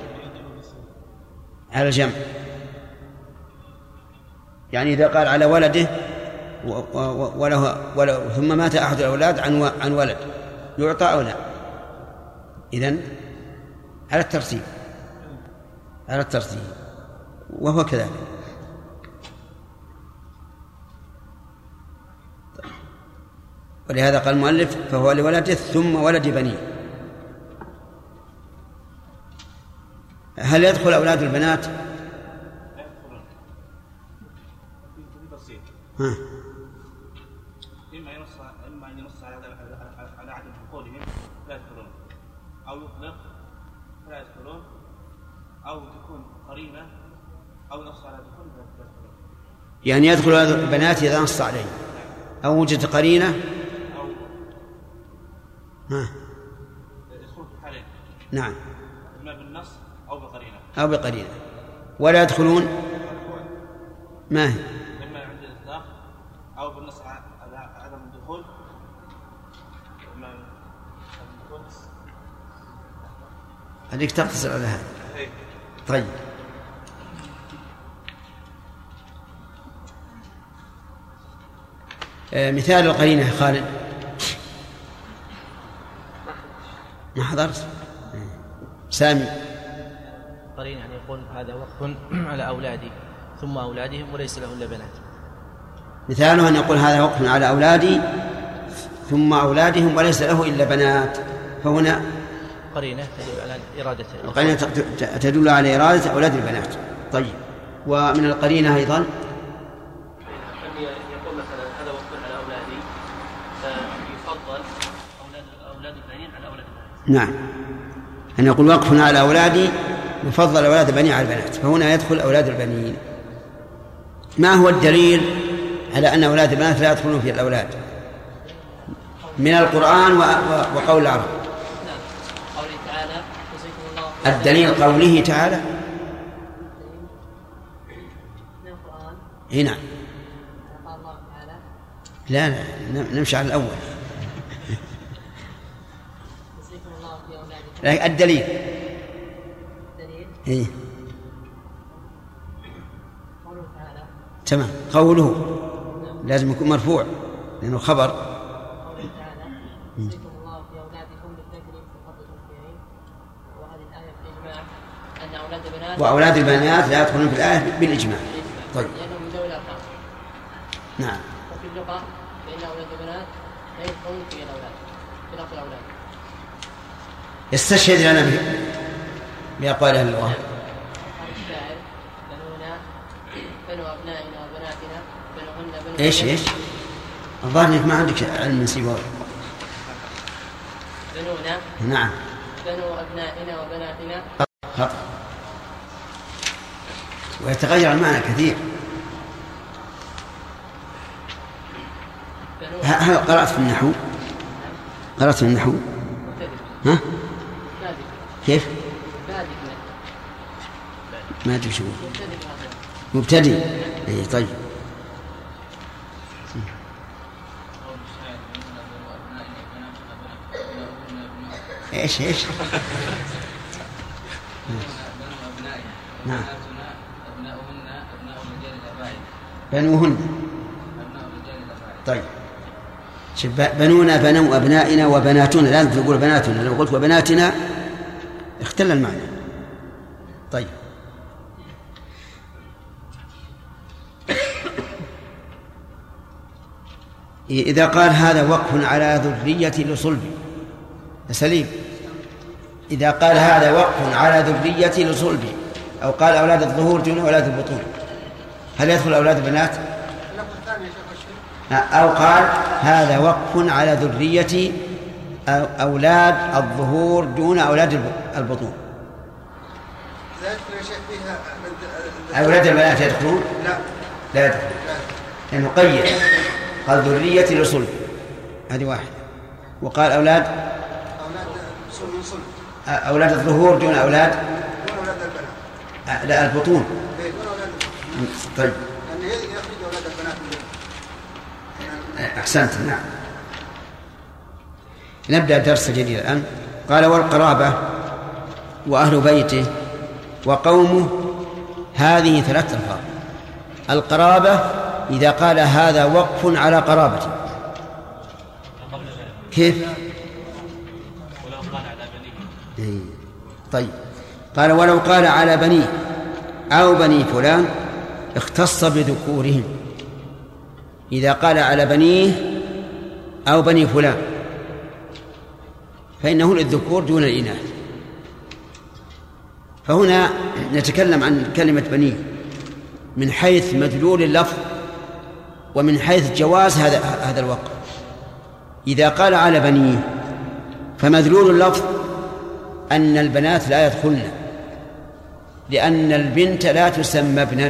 A: على الجمع. يعني إذا قال على ولده وله, وله ثم مات أحد الأولاد عن عن ولد يعطى أو لا؟ إذن على الترتيب، على الترتيب، وهو كذلك. ولهذا قال المؤلف فهو لولده ثم ولد بنيه. هل يدخل أولاد البنات؟ ها.
C: إما ينص إما أن ينص على على عدم دخولهم لا يدخلون، أو يطلق لا يدخلون، أو تكون قرينة، أو ينص على دخول لا يدخلون.
A: يعني يدخل البنات إذا نص عليه أو وجد قرينة
C: أو
A: ها.
C: يدخل في حالين.
A: نعم.
C: إما بالنص أو بقرينة.
A: أو بقرينة. ولا يدخلون ما هي؟
C: إما عند الإطلاق أو بالنص على عدم الدخول. إما
A: هذيك تقتصر على هذا. طيب. آه مثال القرينة خالد. ما حضرت. سامي.
P: قرين يعني يقول هذا وقف على أولادي ثم أولادهم وليس له إلا بنات.
A: مثاله أن يقول هذا وقف على أولادي ثم أولادهم وليس له إلا بنات، فهنا
P: قرينة تدل على إرادة
A: القرينة تدل على إرادة أولاد البنات. طيب. ومن القرينة أيضا
B: أن يقول مثلا هذا وقف على أولادي فيفضل أولاد أولاد البنين على أولاد البنات.
A: نعم. أن يقول وقف على أولادي يفضل أولاد البنين على البنات، فهنا يدخل أولاد البنين. ما هو الدليل على أن أولاد البنات لا يدخلون في الأولاد؟ من القرآن وقول العرب.
K: قوله تعالى
A: الدليل قوله تعالى هنا. لا لا نمشي على الأول. الدليل إيه؟ تمام. قوله لازم يكون مرفوع لأنه خبر. وأولاد البنات لا يدخلون في الآية بالإجماع. طيب.
K: لأنهم من ذوي الأرحام.
A: نعم.
K: وفي اللغة فإن أولاد البنات لا يدخلون في الأولاد في لفظ الأولاد.
A: يستشهد لنا بأقوال أهل اللغة.
K: قال الشاعر بنونا بنو أبنائنا وبناتنا بنوهن بنو.
A: إيش إيش؟ الظاهر إنك ما عندك علم من سواه.
K: بنونا.
A: نعم.
K: بنو أبنائنا وبناتنا.
A: خطأ. ويتغير المعنى كثير. هل قرأت في النحو؟ قرأت في النحو؟ ها؟ كيف؟ ما أدري شو مبتدئ. إيه طيب. إيش إيش نعم بنوهن. طيب بنونا بنو أبنائنا وبناتنا، لازم تقول بناتنا، لو قلت وبناتنا اختل المعنى. طيب إذا قال هذا وقف على ذرية لصلب سليم، إذا قال هذا وقف على ذرية لصلب أو قال أولاد الظهور دون أولاد البطون، هل يدخل أولاد البنات؟ أو قال هذا وقف على ذرية أولاد الظهور دون أولاد البطون، أولاد البنات يدخلون؟ لا لا يدخل، لأنه قيد قال ذرية لصلب، هذه واحدة. وقال أولاد أولاد الظهور دون أولاد لا البطون. طيب أحسنت. نعم نبدأ درس جديد الآن. قال والقرابة وأهل بيته وقومه، هذه ثلاث ألفاظ. القرابة إذا قال هذا وقف على قرابته، كيف؟ طيب قال ولو قال على بنيه أو بني فلان اختص بذكورهم. إذا قال على بنيه أو بني فلان فإنه للذكور دون الإناث. فهنا نتكلم عن كلمة بنيه من حيث مدلول اللفظ ومن حيث جواز هذا هذا الوقف. إذا قال على بنيه فمدلول اللفظ أن البنات لا يدخلن، لأن البنت لا تسمى ابنا،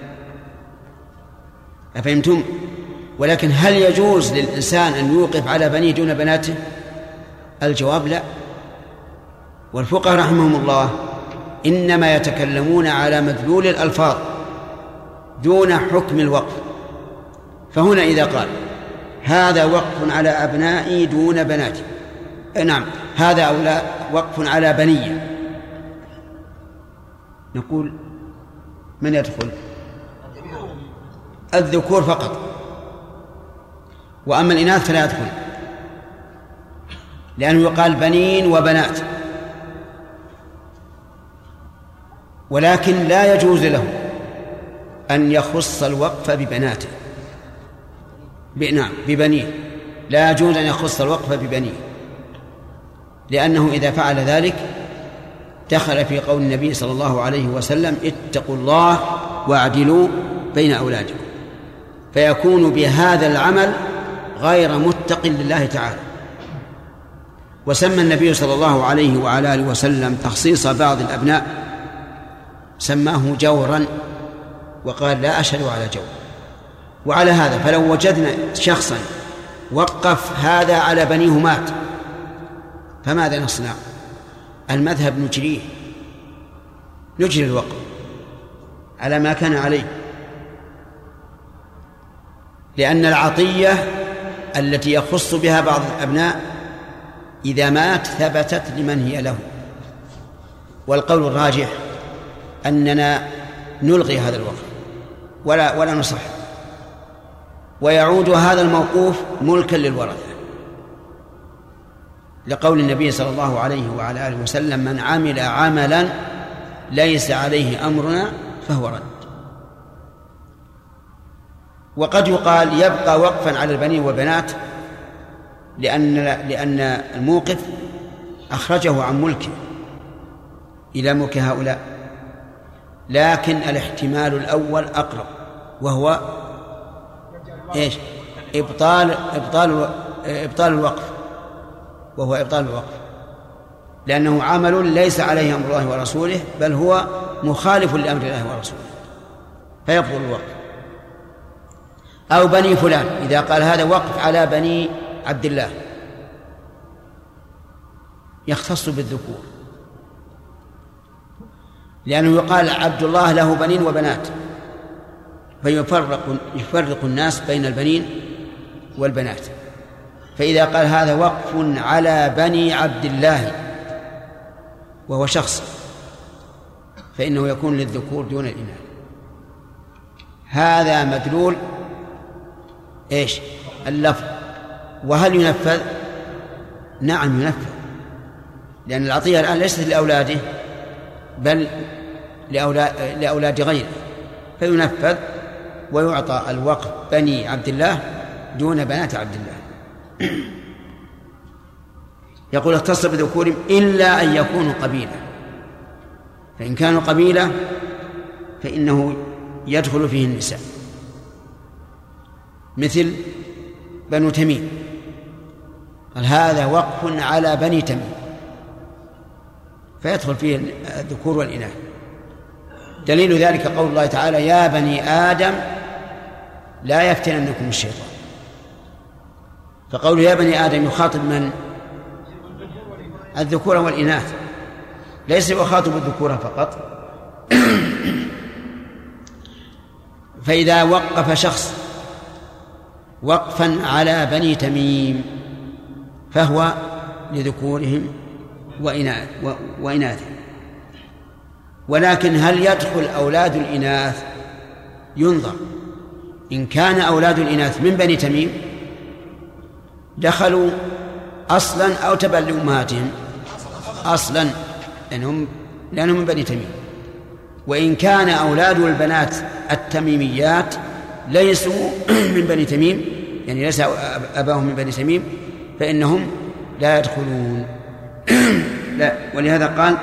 A: أفهمتم؟ ولكن هل يجوز للإنسان أن يوقف على بنيه دون بناته؟ الجواب لا. والفقهاء رحمهم الله إنما يتكلمون على مدلول الألفاظ دون حكم الوقف. فهنا إذا قال هذا وقف على أبنائي دون بناتي، نعم هذا أولى وقف على بنية، نقول من يدخل؟ الذكور فقط، وأما الإناث فلا يدخل، لأنه يقال بنين وبنات. ولكن لا يجوز له أن يخص الوقف ببناته، نعم ببنيه، لا يجوز أن يخص الوقف ببنيه، لأنه إذا فعل ذلك دخل في قول النبي صلى الله عليه وسلم اتقوا الله واعدلوا بين أولادكم، فيكون بهذا العمل غير متق لله تعالى. وسمى النبي صلى الله عليه وعلى آله وسلم تخصيص بعض الأبناء سماه جورا، وقال لا أشهد على جور. وعلى هذا فلو وجدنا شخصا وقف هذا على بنيه مات، فماذا نصنع؟ المذهب نجريه، نجري الوقف على ما كان عليه، لأن العطية التي يخص بها بعض الأبناء إذا مات ثبتت لمن هي له. والقول الراجح أننا نلغي هذا الوقف ولا ولا نصح، ويعود هذا الموقوف ملكا للورثة، لقول النبي صلى الله عليه وعلى آله وسلم من عمل عملا ليس عليه أمرنا فهو رد. وقد يقال يبقى وقفا على البنين والبنات لأن لأن الموقف أخرجه عن ملكه إلى ملك هؤلاء، لكن الاحتمال الأول أقرب، وهو إيش؟ إبطال إبطال إبطال الوقف، وهو إبطال الوقف، لأنه عمل ليس عليه أمر الله ورسوله، بل هو مخالف لأمر الله ورسوله، فيبطل الوقف. أو بني فلان، إذا قال هذا وقف على بني عبد الله يختص بالذكور. لأنه يقال عبد الله له بنين وبنات، فيفرق يفرق الناس بين البنين والبنات. فإذا قال هذا وقف على بني عبد الله وهو شخص، فإنه يكون للذكور دون الإناث. هذا مدلول إيش؟ اللفظ. وهل ينفذ؟ نعم ينفذ، لأن العطية الآن ليست لأولاده بل لأولاد, لأولاد غيره، فينفذ ويعطى الوقف بني عبد الله دون بنات عبد الله. يقول اختص بذكورهم إلا أن يكونوا قبيلة، فإن كانوا قبيلة فإنه يدخل فيه النساء، مثل بنو تميم، قال هذا وقف على بني تميم، فيدخل فيه الذكور والإناث. دليل ذلك قول الله تعالى يا بني آدم لا يفتننكم الشيطان. فقول يا بني آدم يخاطب من؟ الذكور والإناث، ليس يخاطب الذكور فقط. فإذا وقف شخص وقفا على بني تميم فهو لذكورهم وإناثهم. ولكن هل يدخل أولاد الإناث؟ ينظر، إن كان أولاد الإناث من بني تميم دخلوا أصلا أو تبعا لأمهاتهم أصلا لأنهم, لأنهم من بني تميم. وإن كان أولاد البنات التميميات ليسوا من بني تميم، يعني ليس أباهم من بني تميم، فإنهم لا يدخلون. لا، ولهذا قال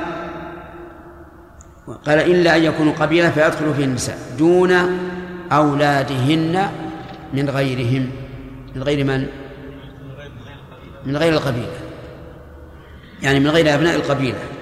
A: قال إلا أن يكونوا قبيلة فيدخلوا فيه النساء دون أولادهن من غيرهم. من غير من؟ من غير القبيلة، يعني من غير أبناء القبيلة.